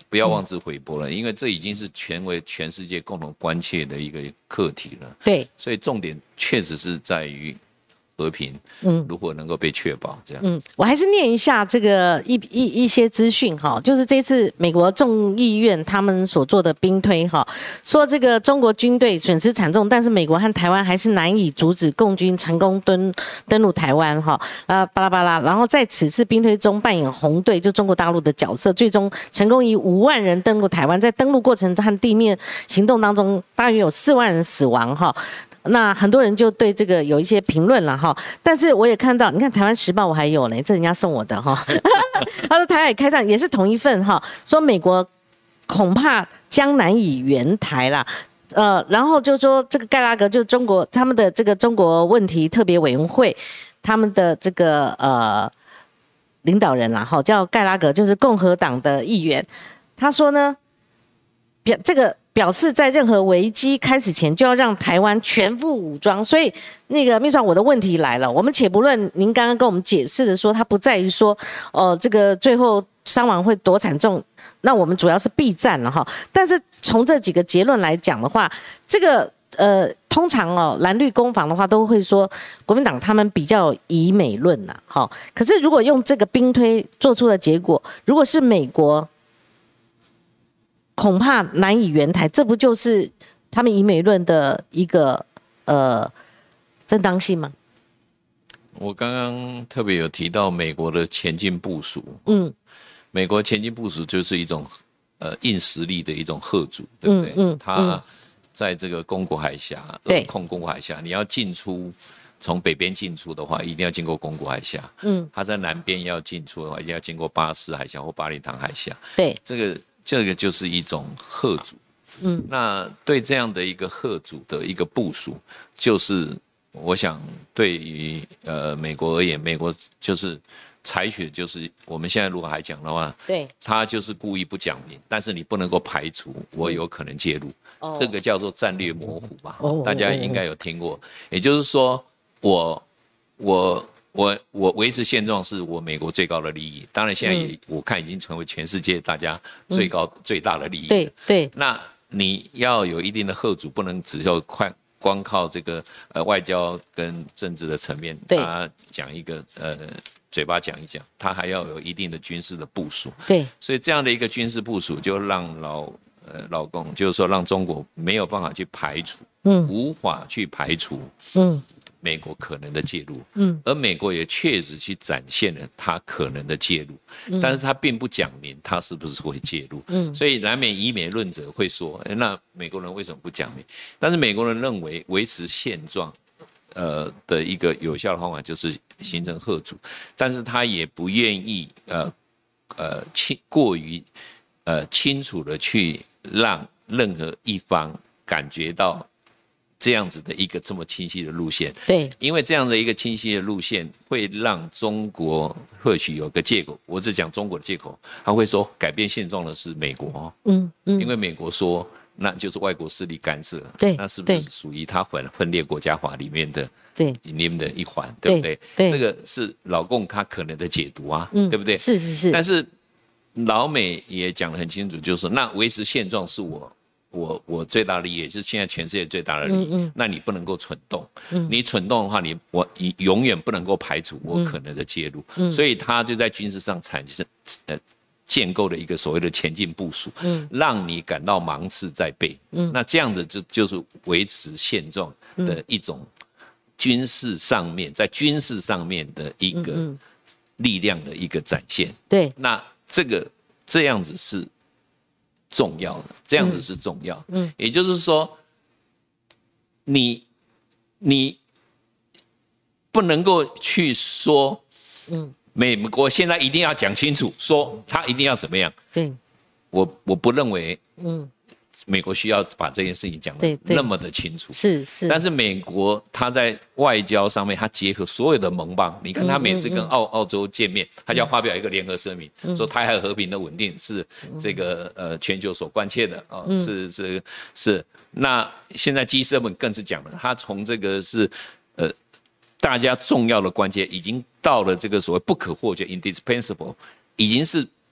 不要妄自菲薄了，因为这已经是全为全世界共同关切的一个课题了。 对， 所以重点确实是在于和平，嗯，如何能够被确保这样。 嗯，我还是念一下这个一一一些资讯哈，就是这次美国众议院他们所做的兵推哈，说这个中国军队损失惨重，但是美国和台湾还是难以阻止共军成功登登陆台湾哈，啊巴拉巴拉，然后在此次兵推中扮演红队就中国大陆的角色，最终成功以五万人登陆台湾，在登陆过程和地面行动当中，大约有四万人死亡哈。那很多人就对这个有一些评论了哈，但是我也看到，你看《台湾时报》我还有嘞，这人家送我的哈，他说台海开战也是同一份哈，说美国恐怕将难以援台啦，呃，然后就说这个盖拉格就中国他们的这个中国问题特别委员会，他们的这个呃领导人啦哈，叫盖拉格，就是共和党的议员，他说呢，表这个。表示在任何危机开始前就要让台湾全副武装，所以那个秘书长，我的问题来了，我们且不论您刚刚跟我们解释的说，它不在于说，呃，这个最后伤亡会多惨重，那我们主要是避战了哈。但是从这几个结论来讲的话，这个呃，通常哦，蓝绿攻防的话都会说国民党他们比较以美论呐，哈。可是如果用这个兵推做出的结果，如果是美国。恐怕难以援台，这不就是他们以美论的一个呃正当性吗？ 我刚刚特别有提到美国的前进部署，嗯，美国前进部署就是一种呃硬实力的一种吓阻，对不对？嗯，它在这个宫古海峡，对，控宫古海峡，你要进出。从北边进出的话，一定要经过宫古海峡。嗯，它在南边要进出的话，一定要经过巴士海峡或巴林塘海峡。对，这个这个就是一种吓阻。嗯，那对这样的一个吓阻的一个部署，就是我想对于呃美国而言，美国就是采取的就是我们现在如果还讲的话，对，他就是故意不讲明，但是你不能够排除我有可能介入。嗯、这个叫做战略模糊吧？哦、大家应该有听过，也就是说。我我我我维持现状是我美国最高的利益，当然现在也、嗯、我看已经成为全世界大家最高、嗯、最大的利益。对对。那你要有一定的吓阻，不能只有快光靠这个呃外交跟政治的层面，他讲一个呃嘴巴讲一讲，他还要有一定的军事的部署。对。所以这样的一个军事部署，就让老呃老共就是说让中国没有办法去排除，嗯，无法去排除，嗯。美国可能的介入，嗯，而美国也确实去展现了他可能的介入，嗯、但是他并不讲明他是不是会介入，嗯，所以难免以美论者会说，欸、那美国人为什么不讲明？但是美国人认为维持现状，呃的一个有效的方法就是形成吓阻，但是他也不愿意呃呃清过于呃清楚的去让任何一方感觉到。这样子的一个这么清晰的路线，对，因为这样的一个清晰的路线会让中国或许有个借口，我只讲中国的借口，他会说改变现状的是美国，嗯嗯，因为美国说那就是外国势力干涉，对，那是不是属于他分分裂国家法里面的对里面的一环，对不对？对，这个是老共他可能的解读啊，嗯、对不对？是是是，但是老美也讲得很清楚，就是那维持现状是我。我我最大的利益也是现在全世界最大的利益，嗯嗯、那你不能够蠢动，嗯、你蠢动的话，你我你永远不能够排除我可能的介入，嗯、所以他就在军事上产生呃建构了一个所谓的前进部署，嗯、让你感到芒刺在背，嗯、那这样子就就是维持现状的一种军事上面在军事上面的一个力量的一个展现，对，那这个这样子是。重要的，这样子是重要的。嗯，也就是说，你你不能够去说，嗯，美国现在一定要讲清楚，说他一定要怎么样。对，我我不认为，嗯，美国需要把这件事情讲得那么的清楚。是是。但是美国他在外交上面，他结合所有的盟邦，你看他每次跟澳、嗯嗯、澳洲见面，他就要发表一个联合声明，嗯、说台海和平的稳定是这个呃全球所关切的啊、哦，是是是。那现在 G 七 更是讲了，他从这个是呃大家重要的关键，已经到了这个所谓不可或缺 indispensable， 已经是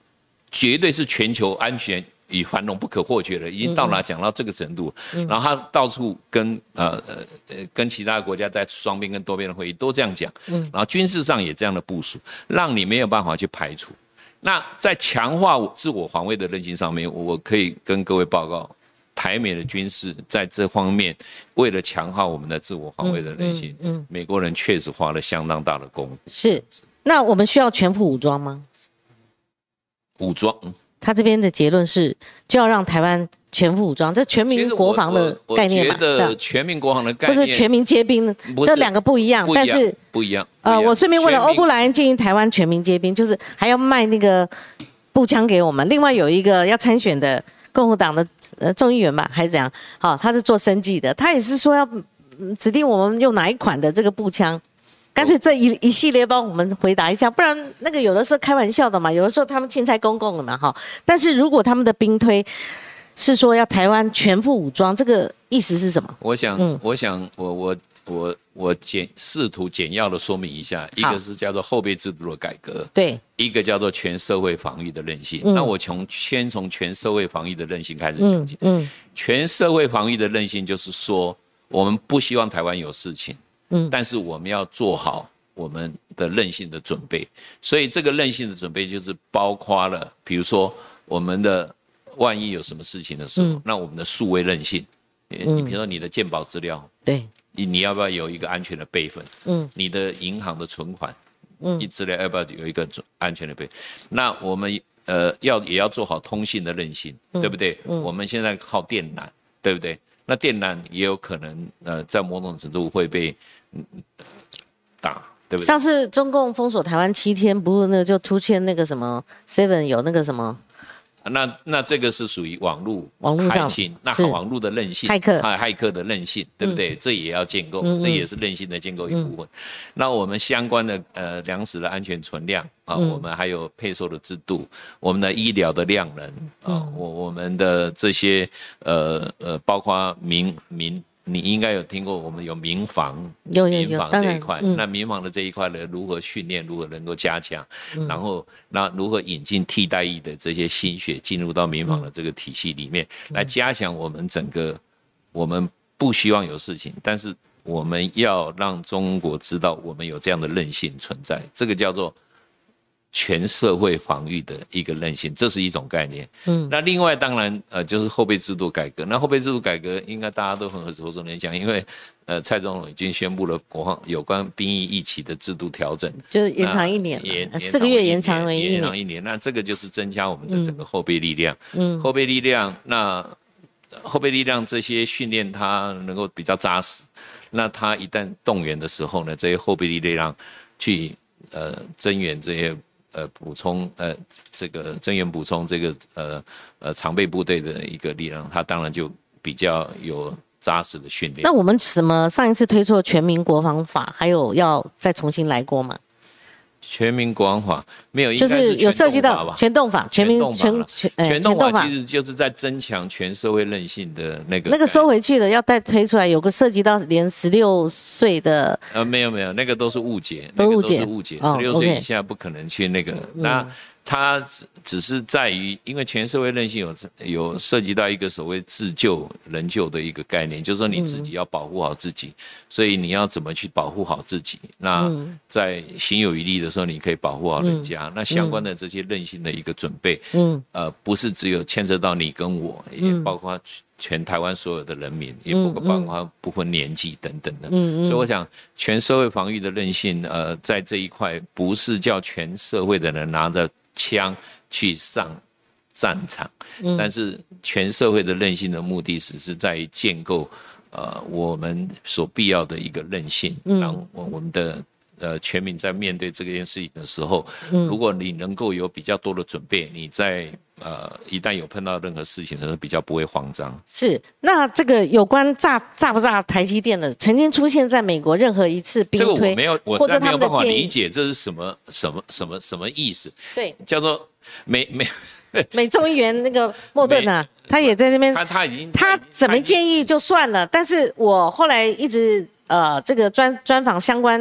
绝对是全球安全与繁荣不可或缺的，已经到哪讲到这个程度，嗯、然后他到处跟呃呃跟其他国家在双边跟多边的会议都这样讲，嗯、然后军事上也这样的部署，让你没有办法去排除。那在强化自我防卫的韧性上面，我可以跟各位报告，台美的军事在这方面，为了强化我们的自我防卫的韧性，嗯嗯嗯、美国人确实花了相当大的功夫。 是，那我们需要全副武装吗？ 武装。嗯他这边的结论是，就要让台湾全副武装，这全民国防的概念嘛？ 我觉得全民国防的概念， 或是全民皆兵，这两个不一样。但是不一样。 呃，我顺便问了欧布莱恩建议台湾全民皆兵，就是还要卖那个步枪给我们。另外有一个要参选的共和党的呃众议员吧，还是怎样？好，他是做生技的，他也是说要指定我们用哪一款的这个步枪。干脆这一一系列帮我们回答一下，不然那个有的时候开玩笑的嘛，有的时候他们钦差公共了嘛，哈。但是如果他们的兵推是说要台湾全副武装，这个意思是什么？ 我想，嗯、我想，我我我我简试图简要的说明一下，一个是叫做后备制度的改革， 对， 一个叫做全社会防御的韧性。嗯、那我从先从全社会防御的韧性开始讲起。嗯，嗯全社会防御的韧性就是说，我们不希望台湾有事情。嗯，但是我们要做好我们的韧性的准备，所以这个韧性的准备就是包括了，比如说我们的万一有什么事情的时候，嗯、那我们的数位韧性，嗯、你比如说你的健保资料， 对， 你你要不要有一个安全的备份？嗯，你的银行的存款，嗯，资料要不要有一个安全的备份？那我们呃要也要做好通信的韧性，嗯、对不对？嗯，我们现在靠电缆，对不对？那电缆也有可能呃在某种程度会被。嗯，打对不对？ 上次中共封锁台湾七天，不是那就出现那个什么 Seven 有那个什么？ 那那这个是属于网络网络上， 那网络的韧性， 骇客还有骇客的韧性，对不对？嗯、这也要建构，嗯、这也是韧性的建构一部分。嗯、那我们相关的呃粮食的安全存量啊，嗯、我们还有配售的制度，我们的医疗的量能啊，嗯、我我们的这些呃呃，包括民民。你应该有听过，我们有民防， 有有有民防这一块。嗯、那民防的这一块呢，如何训练，如何能够加强，嗯、然后那如何引进替代役的这些新血进入到民防的这个体系里面，嗯、来加强我们整个。我们不希望有事情，但是我们要让中国知道我们有这样的韧性存在，这个叫做。全社会防御的一个韧性，这是一种概念。嗯，那另外当然呃就是后备制度改革。那后备制度改革应该大家都很耳熟能详，因为呃蔡总统已经宣布了国防有关兵役役期的制度调整， 就是延长一年，延四个月延长为一年， 延长一年。那这个就是增加我们的整个后备力量。嗯，后备力量，那后备力量这些训练它能够比较扎实。那它一旦动员的时候呢，这些后备力量去呃增援这些。呃，补充呃，这个增援补充这个呃呃常备部队的一个力量，它当然就比较有扎实的训练。 那我们什么上一次推出全民国防法，还有要再重新来过吗？ 全民国防法没有， 就是有涉及到全动法， 全民全全全动法其实就是在增强全社会韧性的那个。 那个收回去了，要再推出来，有个涉及到连十六岁的。 呃，没有没有，那个都是误解， 都误解， 那个都是误解。十六岁以下不可能去那个。哦、那它只只是在于，因为全社会韧性有有涉及到一个所谓自救人救的一个概念，就是说你自己要保护好自己，嗯、所以你要怎么去保护好自己？那在行有余力的时候，你可以保护好人家。嗯、那相关的这些韧性的一个准备，嗯，呃，不是只有牵扯到你跟我，也包括全台湾所有的人民，也不包括不分年纪等等的。嗯嗯。所以我想，全社会防御的韧性，呃，在这一块不是叫全社会的人拿着枪去上战场，嗯、但是全社会的韧性的目的只是在于建构呃我们所必要的一个韧性，嗯、让我们的呃全民在面对这件事情的时候，嗯、如果你能够有比较多的准备，你在呃一旦有碰到任何事情的时候，比较不会慌张。 是，那这个有关炸炸不炸台积电的，曾经出现在美国任何一次兵推， 这个我没有，我实在没有办法理解这是什么什么什么什么意思。 对， 叫做美美美众议员那个莫顿啊，他也在那边， 他他已经他怎么建议就算了，但是我后来一直呃这个专专访相关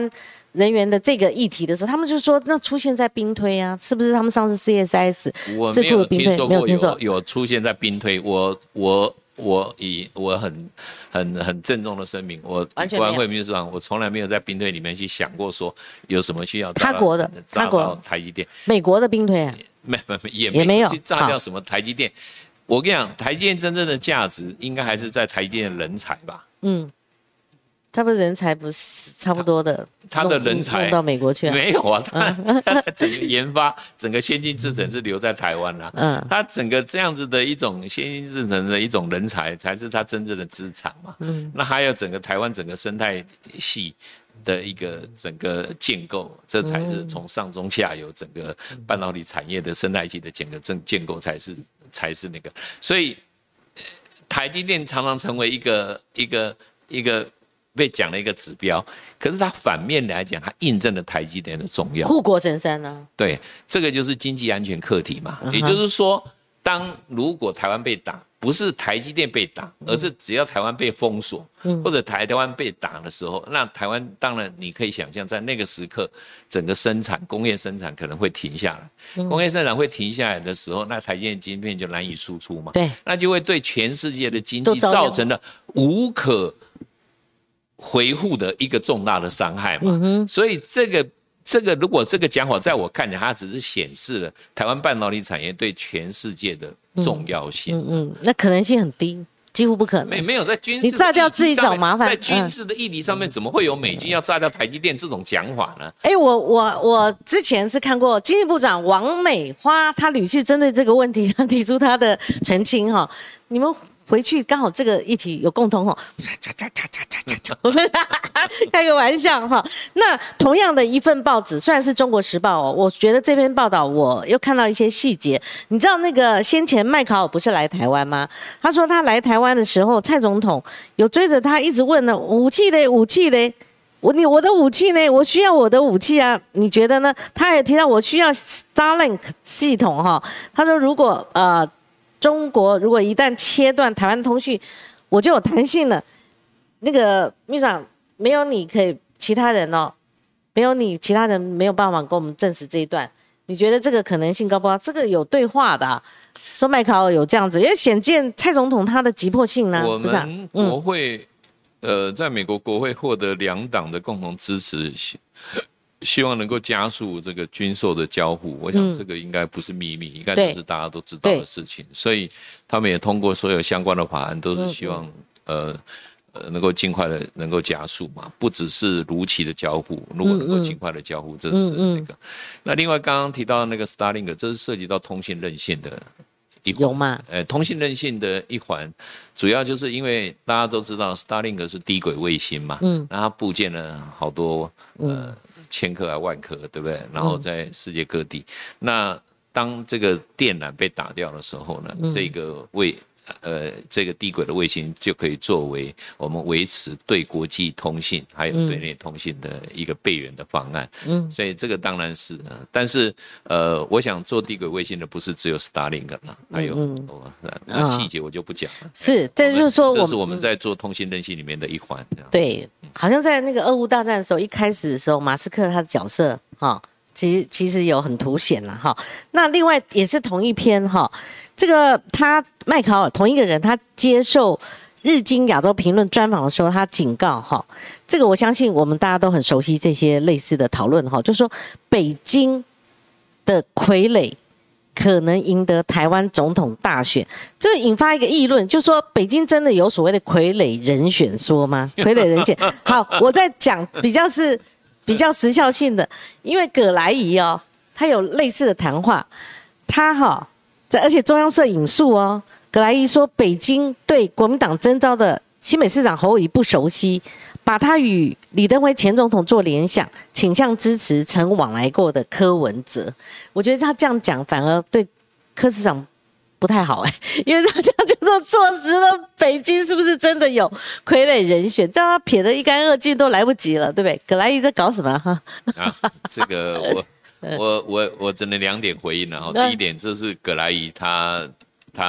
人员的这个议题的时候，他们就说那出现在兵推啊，是不是他们上次 C S I S 我没有听说过有有, 有出现在兵推，我我我以我很很很郑重的声明，我国安会秘书长，我从来没有在兵推里面去想过说有什么需要他国的他国台积电， 美国的兵推啊， 没没也也没有去炸掉什么台积电。我跟你讲，台积电真正的价值应该还是在台积电的人才吧？嗯。 他不是人才不是差不多的， 他的人才弄到美国去了？ 没有啊，他他整个研发、整个先进制程是留在台湾啦。嗯，他整个这样子的一种先进制程的一种人才，才是他真正的资产嘛。嗯，那还有整个台湾整个生态系的一个整个建构，这才是从上中下游整个半导体产业的生态系的整个正建构才是才是那个。所以台积电常常成为一个一个一个。被讲了一个指标，可是它反面来讲，它印证了台积电的重要， 护国神山呢、啊？ 对，这个就是经济安全课题嘛。Uh-huh. 也就是说，当如果台湾被打，不是台积电被打，而是只要台湾被封锁，嗯、或者台湾被打的时候，那台湾当然你可以想象，在那个时刻，整个生产工业生产可能会停下来。嗯、工业生产会停下来的时候，那台积电晶片就难以输出嘛。 对， 那就会对全世界的经济造成了无可回复的一个重大的伤害嘛，嗯、所以这个这个如果这个讲法在我看来，它只是显示了台湾半导体产业对全世界的重要性。嗯 嗯, 嗯， 那可能性很低，几乎不可能。 没没有在军事你炸掉自己找麻烦， 在军事的议题上面，怎么会有美军要炸掉台积电这种讲法呢？ 哎、欸，我我我之前是看过经济部长王美花，她屡次针对这个问题，她提出她的澄清哈，你们。回去刚好这个议题有共同哈，我们开个玩笑哈。那同样的一份报纸，虽然是中国时报哦，我觉得这篇报道我又看到一些细节。你知道那个先前麦考尔不是来台湾吗？他说他来台湾的时候，蔡总统有追着他一直问呢，武器嘞，武器嘞，我你我的武器呢？我需要我的武器啊，你觉得呢？他也提到我需要 Starlink 系统哈。他说如果呃。中国如果一旦切断台湾通讯，我就有弹性了。那个秘书长，没有你可以，其他人哦，没有你，其他人没有办法跟我们证实这一段。你觉得这个可能性高不高？这个有对话的、啊，说麦考尔有这样子，因为显见蔡总统他的急迫性呢。 我们国会、嗯、呃，在美国国会获得两党的共同支持。希望能够加速这个军售的交互，我想这个应该不是秘密，嗯、应该都是大家都知道的事情。所以他们也通过所有相关的法案，都是希望、嗯、呃呃能够尽快的能够加速嘛，不只是如期的交互，如果能够尽快的交互，嗯、这是那个。嗯、那另外刚刚提到那个 Starlink， 这是涉及到通信韧性的一环， 有吗？ 呃，通信韧性的一环，主要就是因为大家都知道 Starlink 是低轨卫星嘛，嗯，那它部件了好多呃。嗯千颗还万颗，对不对？然后在世界各地，嗯、那当这个电缆被打掉的时候呢，嗯、这个卫呃这个低轨的卫星就可以作为我们维持对国际通信还有对内通信的一个备援的方案。嗯，所以这个当然是，呃、但是呃，我想做低轨卫星的不是只有 Starlink 了，还有很多，嗯、那细节我就不讲了。 是，这就是说我们， 这是我们在做通信韧性里面的一环。 对。好像在那个俄乌大战的时候，一开始的时候，马斯克他的角色哈，其实其实有很凸显了哈。那另外也是同一篇哈，这个他麦考尔同一个人，他接受日经亚洲评论专访的时候，他警告哈，这个我相信我们大家都很熟悉这些类似的讨论哈，就是说北京的傀儡可能赢得台湾总统大选，这引发一个议论，就是说北京真的有所谓的傀儡人选说吗？傀儡人选，好，我在讲比较是比较时效性的，因为葛莱仪哦，他有类似的谈话，他哈、哦，在而且中央社引述哦，葛莱仪说北京对国民党征召的新北市长侯友宜不熟悉。把他与李登辉前总统做联想，倾向支持曾往来过的柯文哲。我觉得他这样讲反而对柯市长不太好哎，因为他这样就说坐实了北京是不是真的有傀儡人选，这样他撇得一干二净都来不及了，对不对？葛莱仪在搞什么哈？ 啊，这个我我我我只能两点回应了哈。第一点，这是葛莱仪他他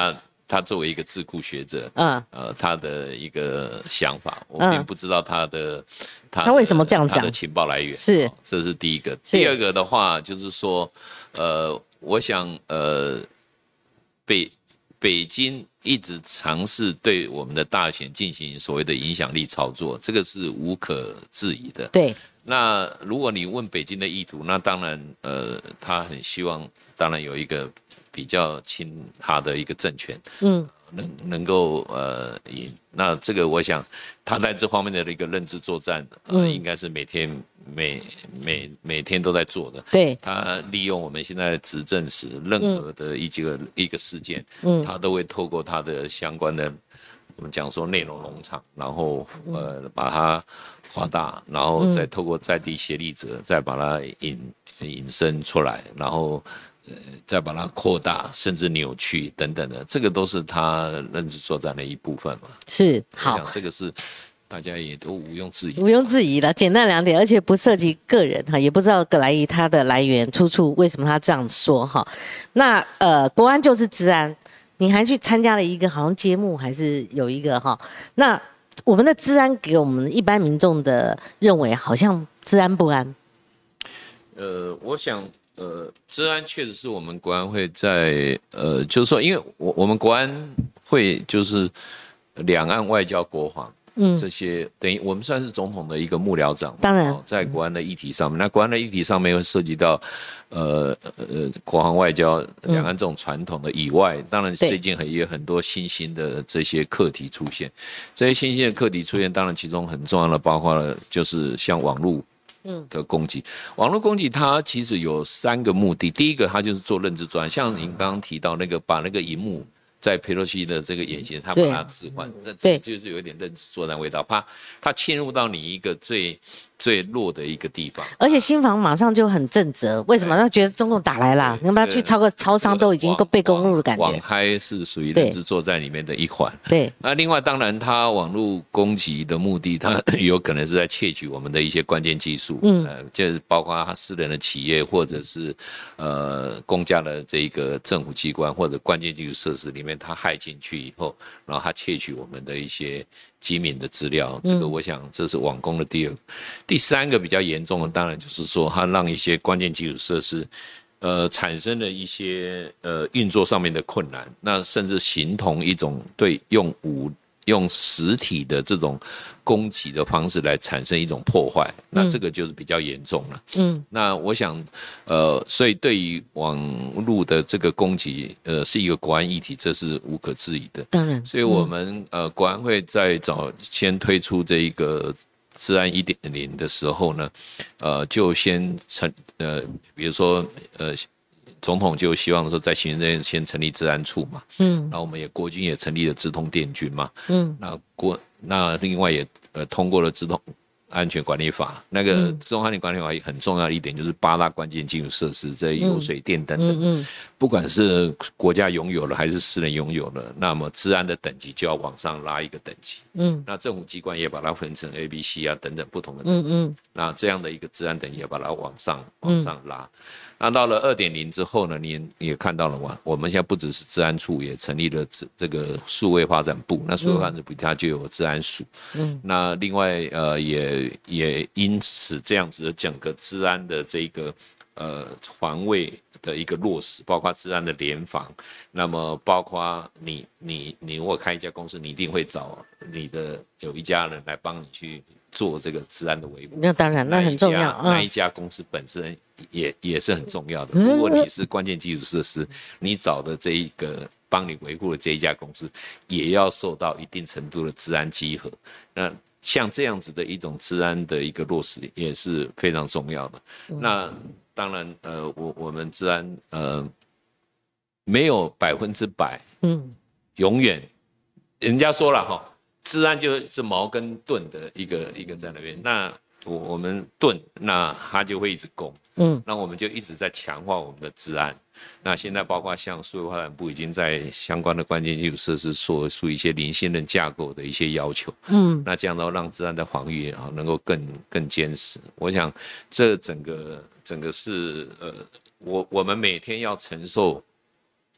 他作为一个智库学者，嗯，呃，他的一个想法，我并不知道他的、嗯、他, 他为什么这样讲， 他的情报来源是、哦， 这是第一个。第二个的话就是说，呃，我想，呃，北北京一直尝试对我们的大选进行所谓的影响力操作，这个是无可置疑的。 对。 那如果你问北京的意图，那当然，呃，他很希望，当然有一个比较亲他的一个政权，嗯，能能够呃赢。那这个我想，他在这方面的一个认知作战，呃，嗯、应该是每天每每每天都在做的。 对， 他利用我们现在执政时任何的一个、嗯、一个事件，嗯，他都会透过他的相关的，我们讲说内容农场，然后呃把它夸大，然后再透过在地协力者再把它引引申出来，然后呃再把它扩大，甚至扭曲等等的，这个都是他认知作战的一部分嘛。 是，好， 我想这个是大家也都毋庸置疑， 毋庸置疑了。简单两点，而且不涉及个人哈，也不知道葛莱仪他的来源出处，为什么他这样说哈？那呃，国安就是治安，你还去参加了一个好像节目，还是有一个哈？那我们的治安给我们一般民众的认为，好像治安不安。 呃，我想，呃，治安确实是我们国安会在呃，就是说，因为我我们国安会就是两岸外交国防。嗯，这些等于我们算是总统的一个幕僚长， 当然， 在国安的议题上面，那国安的议题上面会涉及到，呃呃，国防外交、两岸这种传统的以外，嗯、当然最近也有很多新兴的这些课题出现，这些新兴的课题出现，当然其中很重要的包括了就是像网络。的攻击，网络攻击它其实有三个目的，第一个它就是做认知作战，像您刚刚提到那个把那个萤幕。在佩洛西的这个演习，他把它置换，这就是有一点认知作战味道，怕他侵入到你一个最最弱的一个地方， 而且心防马上就很震慑。为什么？他觉得中共打来了，你要不要去超个超商都已经被攻入的感觉。 网嗨是属于认知作战里面的一环。 对。 那另外，当然，他网络攻击的目的，他有可能是在窃取我们的一些关键技术，嗯，呃，就是包括他私人的企业或者是呃公家的这个政府机关或者关键基础设施里面。他害进去以后，然后他窃取我们的一些机敏的资料，这个我想这是网攻的第二个。第三个比较严重的，当然就是说，他让一些关键基础设施，呃，产生了一些呃运作上面的困难，那甚至形同一种对用武用实体的这种攻击的方式来产生一种破坏，那这个就是比较严重了。嗯，那我想，呃，所以对于网络的这个攻击，呃，是一个国安议题，这是无可置疑的。 当然， 所以我们、嗯、呃国安会在早先推出这一个治安 一点零 的时候呢，呃，就先成呃，比如说呃。总统就希望说，在行政院先成立治安处嘛，嗯，那我们也国军也成立了资通电军嘛，嗯，那国那另外也呃通过了资通安全管理法，那个资通安全管理法很重要的一点就是八大关键基础设施，这油水电等等，嗯嗯，不管是国家拥有了还是私人拥有了，那么治安的等级就要往上拉一个等级，嗯，那政府机关也把它分成 A、B、C 啊等等不同的等级，嗯嗯，那这样的一个治安等级也把它往上往上拉。嗯，那到了 二点零 之后呢，你也看到了嘛，我们现在不只是治安处，也成立了这个数位发展部，那数位发展部它就有治安署，嗯，那另外呃也也因此这样子的整个治安的这个呃环卫的一个落实，包括治安的联防，那么包括你你你如果开一家公司，你一定会找你的有一家人来帮你去做这个治安的维护， 那当然那很重要， 那一家公司本身也也是很重要的。如果你是关键基础设施，你找的这一个帮你维护的这一家公司，也要受到一定程度的治安稽核。那像这样子的一种治安的一个落实，也是非常重要的。那当然，呃，我我们治安呃没有百分之百，嗯，永远，人家说了哈。治安就是矛跟盾的一个一个在那边，那我我们盾，那它就会一直攻，嗯，那我们就一直在强化我们的治安。那现在包括像数位发展部已经在相关的关键基础设施做出一些零信任架构的一些要求，嗯，那这样的话让治安的防御啊能够更更坚实。我想这整个整个是呃，我我们每天要承受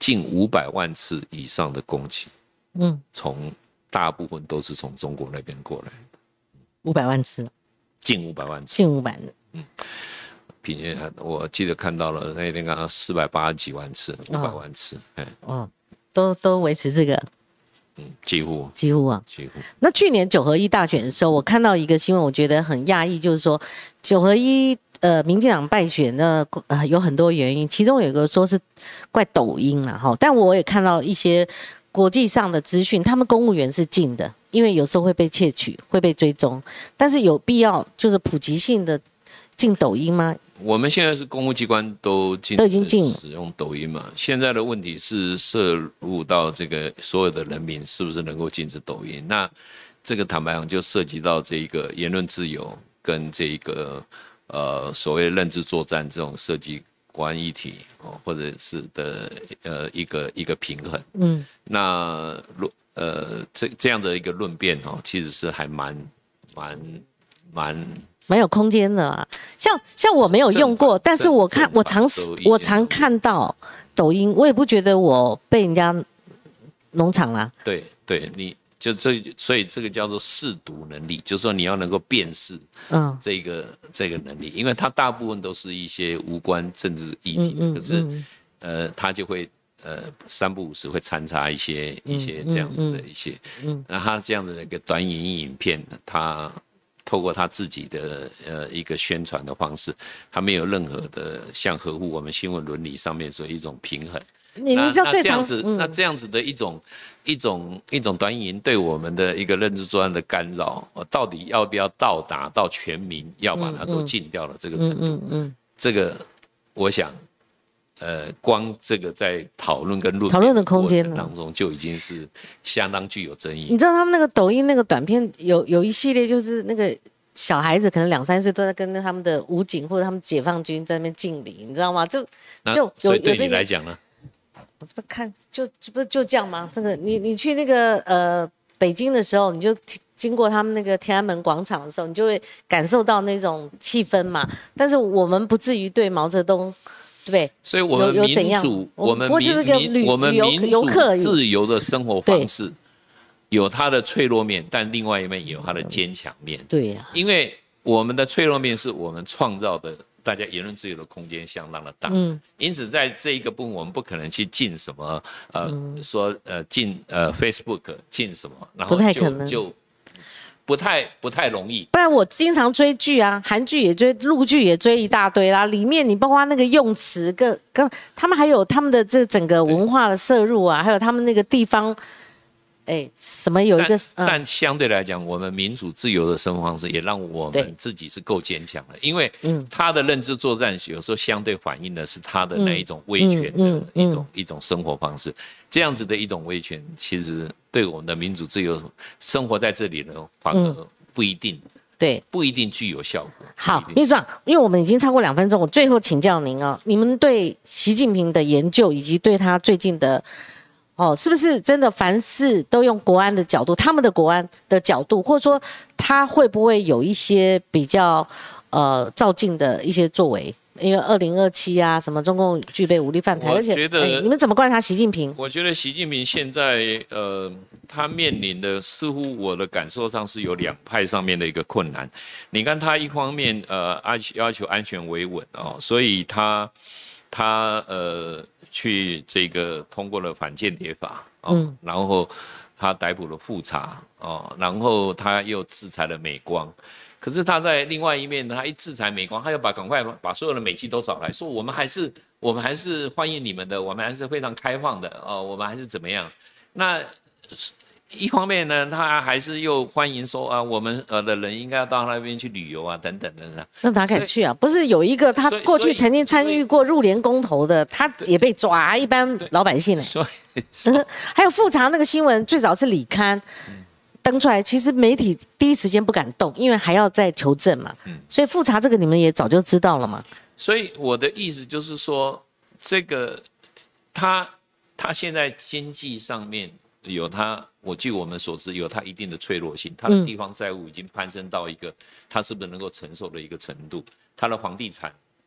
近五百万次以上的攻击，嗯，从大部分都是从中国那边过来的， 五百万次， 近五百万次， 近五百， 嗯，平均我记得看到了那天刚刚四百八十几万次，五百万次，哎、 哦，哦，都都维持这个。 嗯，几乎几乎啊， 几乎。 那去年九合一大选的时候，我看到一个新闻，我觉得很讶异，就是说九合一呃，民进党败选呢，呃，有很多原因，其中有一个说是怪抖音啦，哈，但我也看到一些国际上的资讯，他们公务员是禁的，因为有时候会被窃取，会被追踪，但是有必要就是普及性的禁抖音吗？ 我们现在是公务机关都禁都已经禁了使用抖音嘛，现在的问题是涉入到这个所有的人民是不是能够禁止抖音？那这个坦白讲就涉及到这个言论自由跟这个呃所谓认知作战这种涉及国安议题哦，或者是的呃一个一个平衡。嗯，那呃这这样的一个论辩哦，其实是还蛮蛮蛮。 蛮有空间的啊，像像我没有用过，但是我看我常我常看到抖音，我也不觉得我被人家农场啦。 对对，你就这，所以这个叫做识读能力，就是说你要能够辨识这个、嗯、这个能力，因为它大部分都是一些无关政治议题的，嗯嗯、可是、嗯、呃，它就会呃三不五时会参插一些一些这样子的一些，嗯，那它这样的一个短影音影片，它。透过他自己的呃一个宣传的方式，他没有任何的像合乎我们新闻伦理上面所一种平衡。 你你知道最常那这样子、嗯，那这样子的一种一种一种短影音对我们的一个认知作战的干扰，到底要不要到达到全民要把它都禁掉了这个程度？嗯嗯嗯、这个我想。呃，光这个在讨论跟论讨论的空间当中，就已经是相当具有争议。 你知道他们那个抖音那个短片有有一系列，就是那个小孩子可能两三岁都在跟他们的武警或者他们解放军在那边敬礼，你知道吗？就就有对你来讲呢？ 我看就不是就这样吗？那个你你去那个呃北京的时候，你就经过他们那个天安门广场的时候，你就会感受到那种气氛嘛。但是我们不至于对毛泽东。对， 所以我们民主，我们民我们民主自由的生活方式，有它的脆弱面，但另外一面也有它的坚强面。 对呀、啊， 因为我们的脆弱面是我们创造的，大家言论自由的空间相当的大。嗯，因此在这一个部分，我们不可能去禁什么，呃，嗯、说呃禁呃 Facebook 禁什么，然后就不太可能就。不太不太容易， 不然我经常追剧啊，韩剧也追，陆剧也追一大堆啦。里面你包括那个用词跟跟他们还有他们的这整个文化的摄入啊，还有他们那个地方，哎，什么有一个但，嗯、但相对来讲，我们民主自由的生活方式也让我们自己是够坚强的，因为他的认知作战有时候相对反映的是他的那一种威权的一种、嗯嗯嗯、一种生活方式，这样子的一种威权，其实。对我们的民主自由生活在这里呢，反而不一定，嗯、 对， 不一定具有效果。 好，秘书长，因为我们已经超过两分钟，我最后请教您哦，你们对习近平的研究以及对他最近的，哦，是不是真的凡事都用国安的角度，他们的国安的角度，或者说他会不会有一些比较呃照进的一些作为？因为二零二七啊，什么中共具备武力犯台，而且、哎、你们怎么观察习近平？ 我觉得习近平现在呃，他面临的似乎我的感受上是有两派上面的一个困难。你看他一方面呃要求安全维稳哦，所以他他呃去这个通过了反间谍法哦、嗯，然后他逮捕了富察哦，然后他又制裁了美光。可是他在另外一面，他一制裁美光，他要把赶快把所有的美企都找来说，我们还是我们还是欢迎你们的，我们还是非常开放的哦，我们还是怎么样？那一方面呢，他还是又欢迎说啊，我们呃的人应该要到那边去旅游啊，等等的。 那哪敢去啊？不是有一个他过去曾经参与过入联公投的，他也被抓，一般老百姓呢、欸。 所以， 还有复查那个新闻，最早是李刊。嗯登出来，其实媒体第一时间不敢动，因为还要再求证嘛。嗯，所以复查这个你们也早就知道了嘛。 所以我的意思就是说，这个他他现在经济上面有他，我据我们所知有他一定的脆弱性，他的地方债务已经攀升到一个他是不是能够承受的一个程度，他的房地产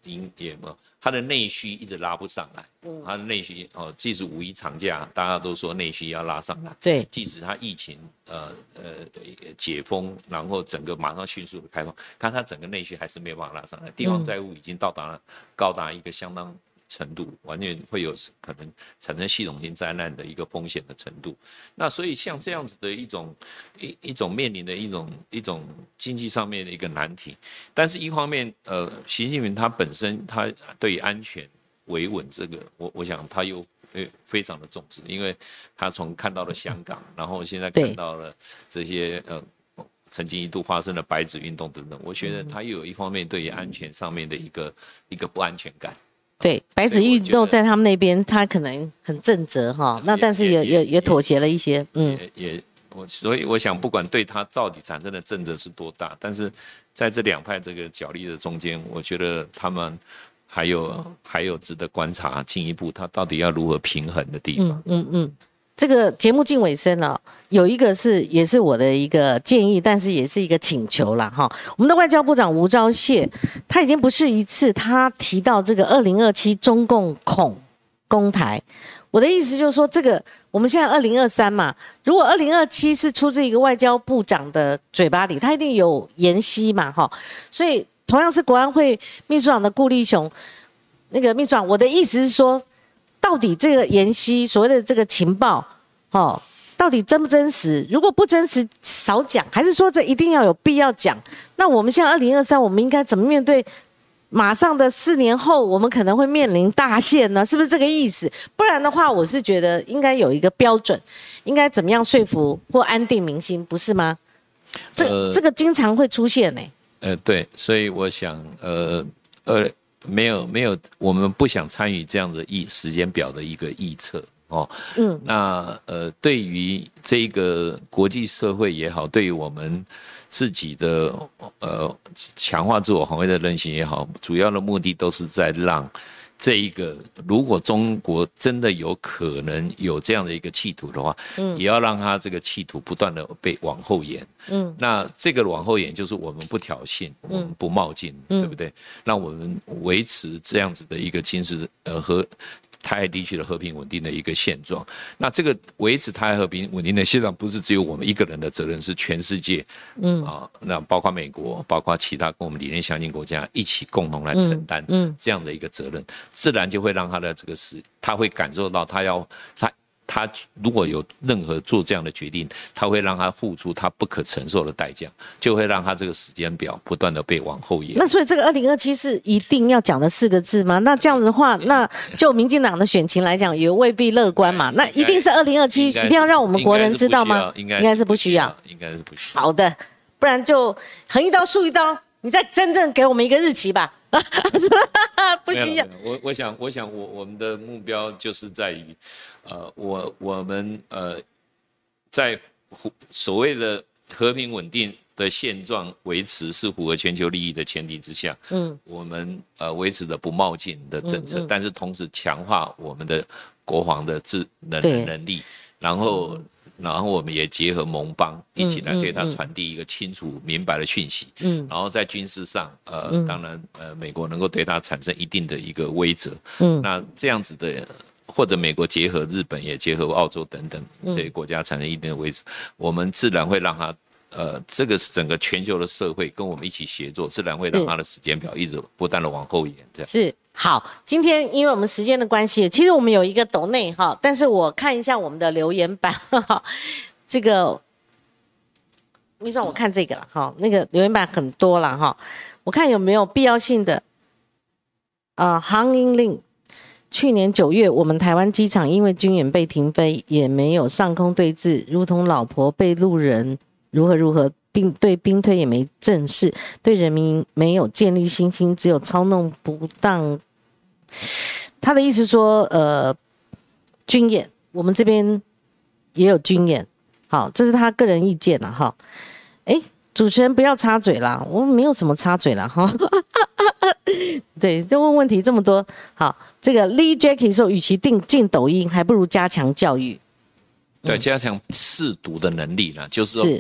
营也没有，它的内需一直拉不上来。嗯，它的内需哦，即使五一长假，大家都说内需要拉上来。 对， 即使它疫情呃呃解封，然后整个马上迅速的开放，但它整个内需还是没有办法拉上来。地方债务已经到达了高达一个相当程度，完全会有可能产生系统性灾难的一个风险的程度。那所以像这样子的一种一一种面临的一种一种经济上面的一个难题，但是一方面，呃，习近平他本身他对于安全维稳这个，我我想他又非常的重视，因为他从看到了香港，然后现在看到了这些呃。曾经一度发生了白纸运动等等，我觉得他又有一方面对于安全上面的一个一个不安全感。 对，白纸运动在他们那边，他可能很正则哈，那但是也也也妥协了一些，嗯， 也也我所以我想，不管对他到底产生的正则是多大，但是在这两派这个角力的中间，我觉得他们还有还有值得观察进一步，他到底要如何平衡的地方。 嗯嗯嗯。这个节目近尾声了，有一个是也是我的一个建议，但是也是一个请求啦哈。我们的外交部长吴钊燮，他已经不是一次他提到这个二零二七中共恐攻台。我的意思就是说，这个我们现在二零二三嘛，如果二零二七是出自一个外交部长的嘴巴里，他一定有言析嘛哈。所以同样是国安会秘书长的顾立雄，那个秘书长，我的意思是说，到底这个言析所谓的这个情报，哦，到底真不真实？如果不真实，少讲，还是说这一定要有必要讲？那我们现在二零二三，我们应该怎么面对马上的四年后，我们可能会面临大限呢？是不是这个意思？不然的话，我是觉得应该有一个标准，应该怎么样说服或安定民心，不是吗？这、呃、这个经常会出现呢、欸。 呃，对，所以我想，呃，呃。没有没有，我们不想参与这样的预时间表的一个预测哦。嗯，那呃，对于这个国际社会也好，对于我们自己的呃强化自我防卫的韧性也好，主要的目的都是在让这一个，如果中国真的有可能有这样的一个企图的话，嗯，也要让他这个企图不断的被往后延。嗯，那这个往后延就是我们不挑衅，我们不冒进，嗯、对不对？让我们维持这样子的一个军事呃和台海地区的和平稳定的一个现状。那这个维持台海和平稳定的现状，不是只有我们一个人的责任，是全世界，嗯啊，那包括美国，包括其他跟我们理念相近国家一起共同来承担这样的一个责任，自然就会让他的这个时，他会感受到他要他。他如果有任何做这样的决定，他会让他付出他不可承受的代价，就会让他这个时间表不断的被往后延。 那所以这个二零二七是一定要讲的四个字吗？那这样子的话，那就民进党的选情来讲，也未必乐观嘛。那一定是二零二七，一定要让我们国人知道吗？ 应该是不需要， 应该是不需要。好的，不然就横一刀竖一刀，你再真正给我们一个日期吧。不需要。 我我想我想我我们的目标就是在于。呃，我我们呃，在所谓的和平稳定的现状维持是符合全球利益的前提之下，嗯，我们呃维持的不冒进的政策，嗯嗯、但是同时强化我们的国防的智能能力，然后、嗯、然后我们也结合盟邦一起来对他传递一个清楚明白的讯息，嗯，然后在军事上，呃，嗯、当然呃，美国能够对他产生一定的一个威慑，嗯，那这样子的。或者美国结合日本也结合澳洲等等这些国家产生一定的位置，嗯、我们自然会让它呃，这个整个全球的社会跟我们一起协作，自然会让它的时间表一直不断的往后延。这样是好。今天因为我们时间的关系，其实我们有一个抖内哈，但是我看一下我们的留言板哈，这个秘书长我看这个了哈，那个留言板很多了哈，我看有没有必要性的啊，航英令。去年九月，我们台湾机场因为军演被停飞，也没有上空对峙，如同老婆被路人如何如何，并对兵推也没正视，对人民没有建立信心，只有操弄不当。他的意思说，呃，军演，我们这边也有军演，好，这是他个人意见了哈。哎，主持人不要插嘴啦，我没有什么插嘴啦哈。对，就问问题这么多。好，这个 Lee Jackie 说，与其定进抖音，还不如加强教育。 对，加强识读的能力啦，就是说，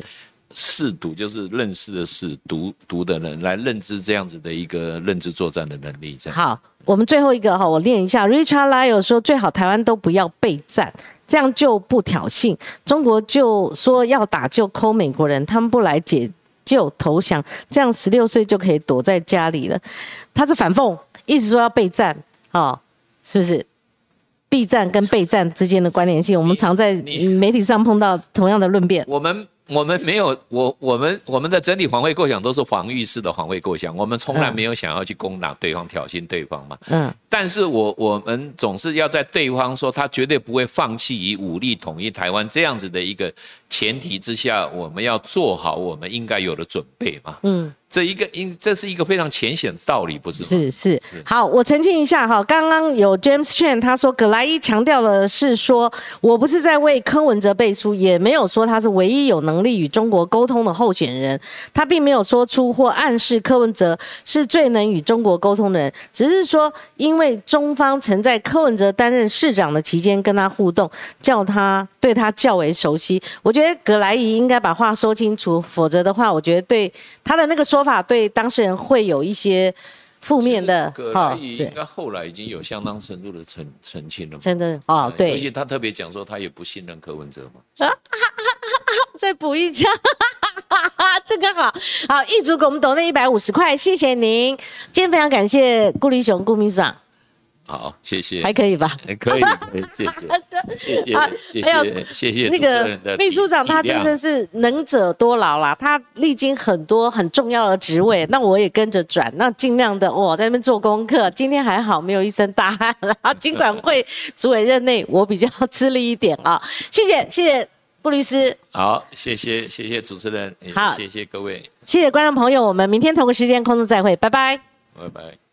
识读，就是认识的识，读读的人来认知这样子的一个认知作战的能力。这样好，我们最后一个哈，我念一下 ，Richard Lyle 说，最好台湾都不要备战，这样就不挑衅。中国就说要打就扣美国人，他们不来解救投降，这样十六岁就可以躲在家里了。他是反讽，意思说要备战，哦，是不是？避战跟备战之间的关联性，我们常在媒体上碰到同样的论辩。 我们我们没有，我我们我们的整体防卫构想都是防御式的防卫构想，我们从来没有想要去攻打对方、挑衅对方嘛。嗯。但是我我们总是要在对方说他绝对不会放弃以武力统一台湾这样子的一个前提之下，我们要做好我们应该有的准备嘛。嗯。这一个，这是一个非常浅显的道理，不是吗？ 是是。好，我澄清一下哈，刚刚有 James Chen 他说，葛莱伊强调的是说，我不是在为柯文哲背书，也没有说他是唯一有能力与中国沟通的候选人，他并没有说出或暗示柯文哲是最能与中国沟通的人，只是说，因为中方曾在柯文哲担任市长的期间跟他互动，叫他对他较为熟悉。我觉得葛莱伊应该把话说清楚，否则的话，我觉得对他的那个说法。对当事人会有一些负面的， 葛莱伊应该后来已经有相当程度的澄澄清了嘛？ 真的哦，对， 而且他特别讲说他也不信任柯文哲嘛。 再补一枪，这个好好，一组给我们抖那一百五十块，谢谢您。今天非常感谢顾立雄顾秘书长。 好，谢谢， 还可以吧？ 可以，可以，谢谢，谢谢，谢谢，谢谢。 那个秘书长他真的是能者多劳啦，他历经很多很重要的职位，那我也跟着转，那尽量的哇，在那边做功课。今天还好没有一身大汗，然后金管会主委任内，我比较吃力一点啊。谢谢，谢谢顾律师。 好，谢谢，谢谢主持人，好，谢谢各位， 谢谢观众朋友，我们明天同个时间空中再会，拜拜， 拜拜。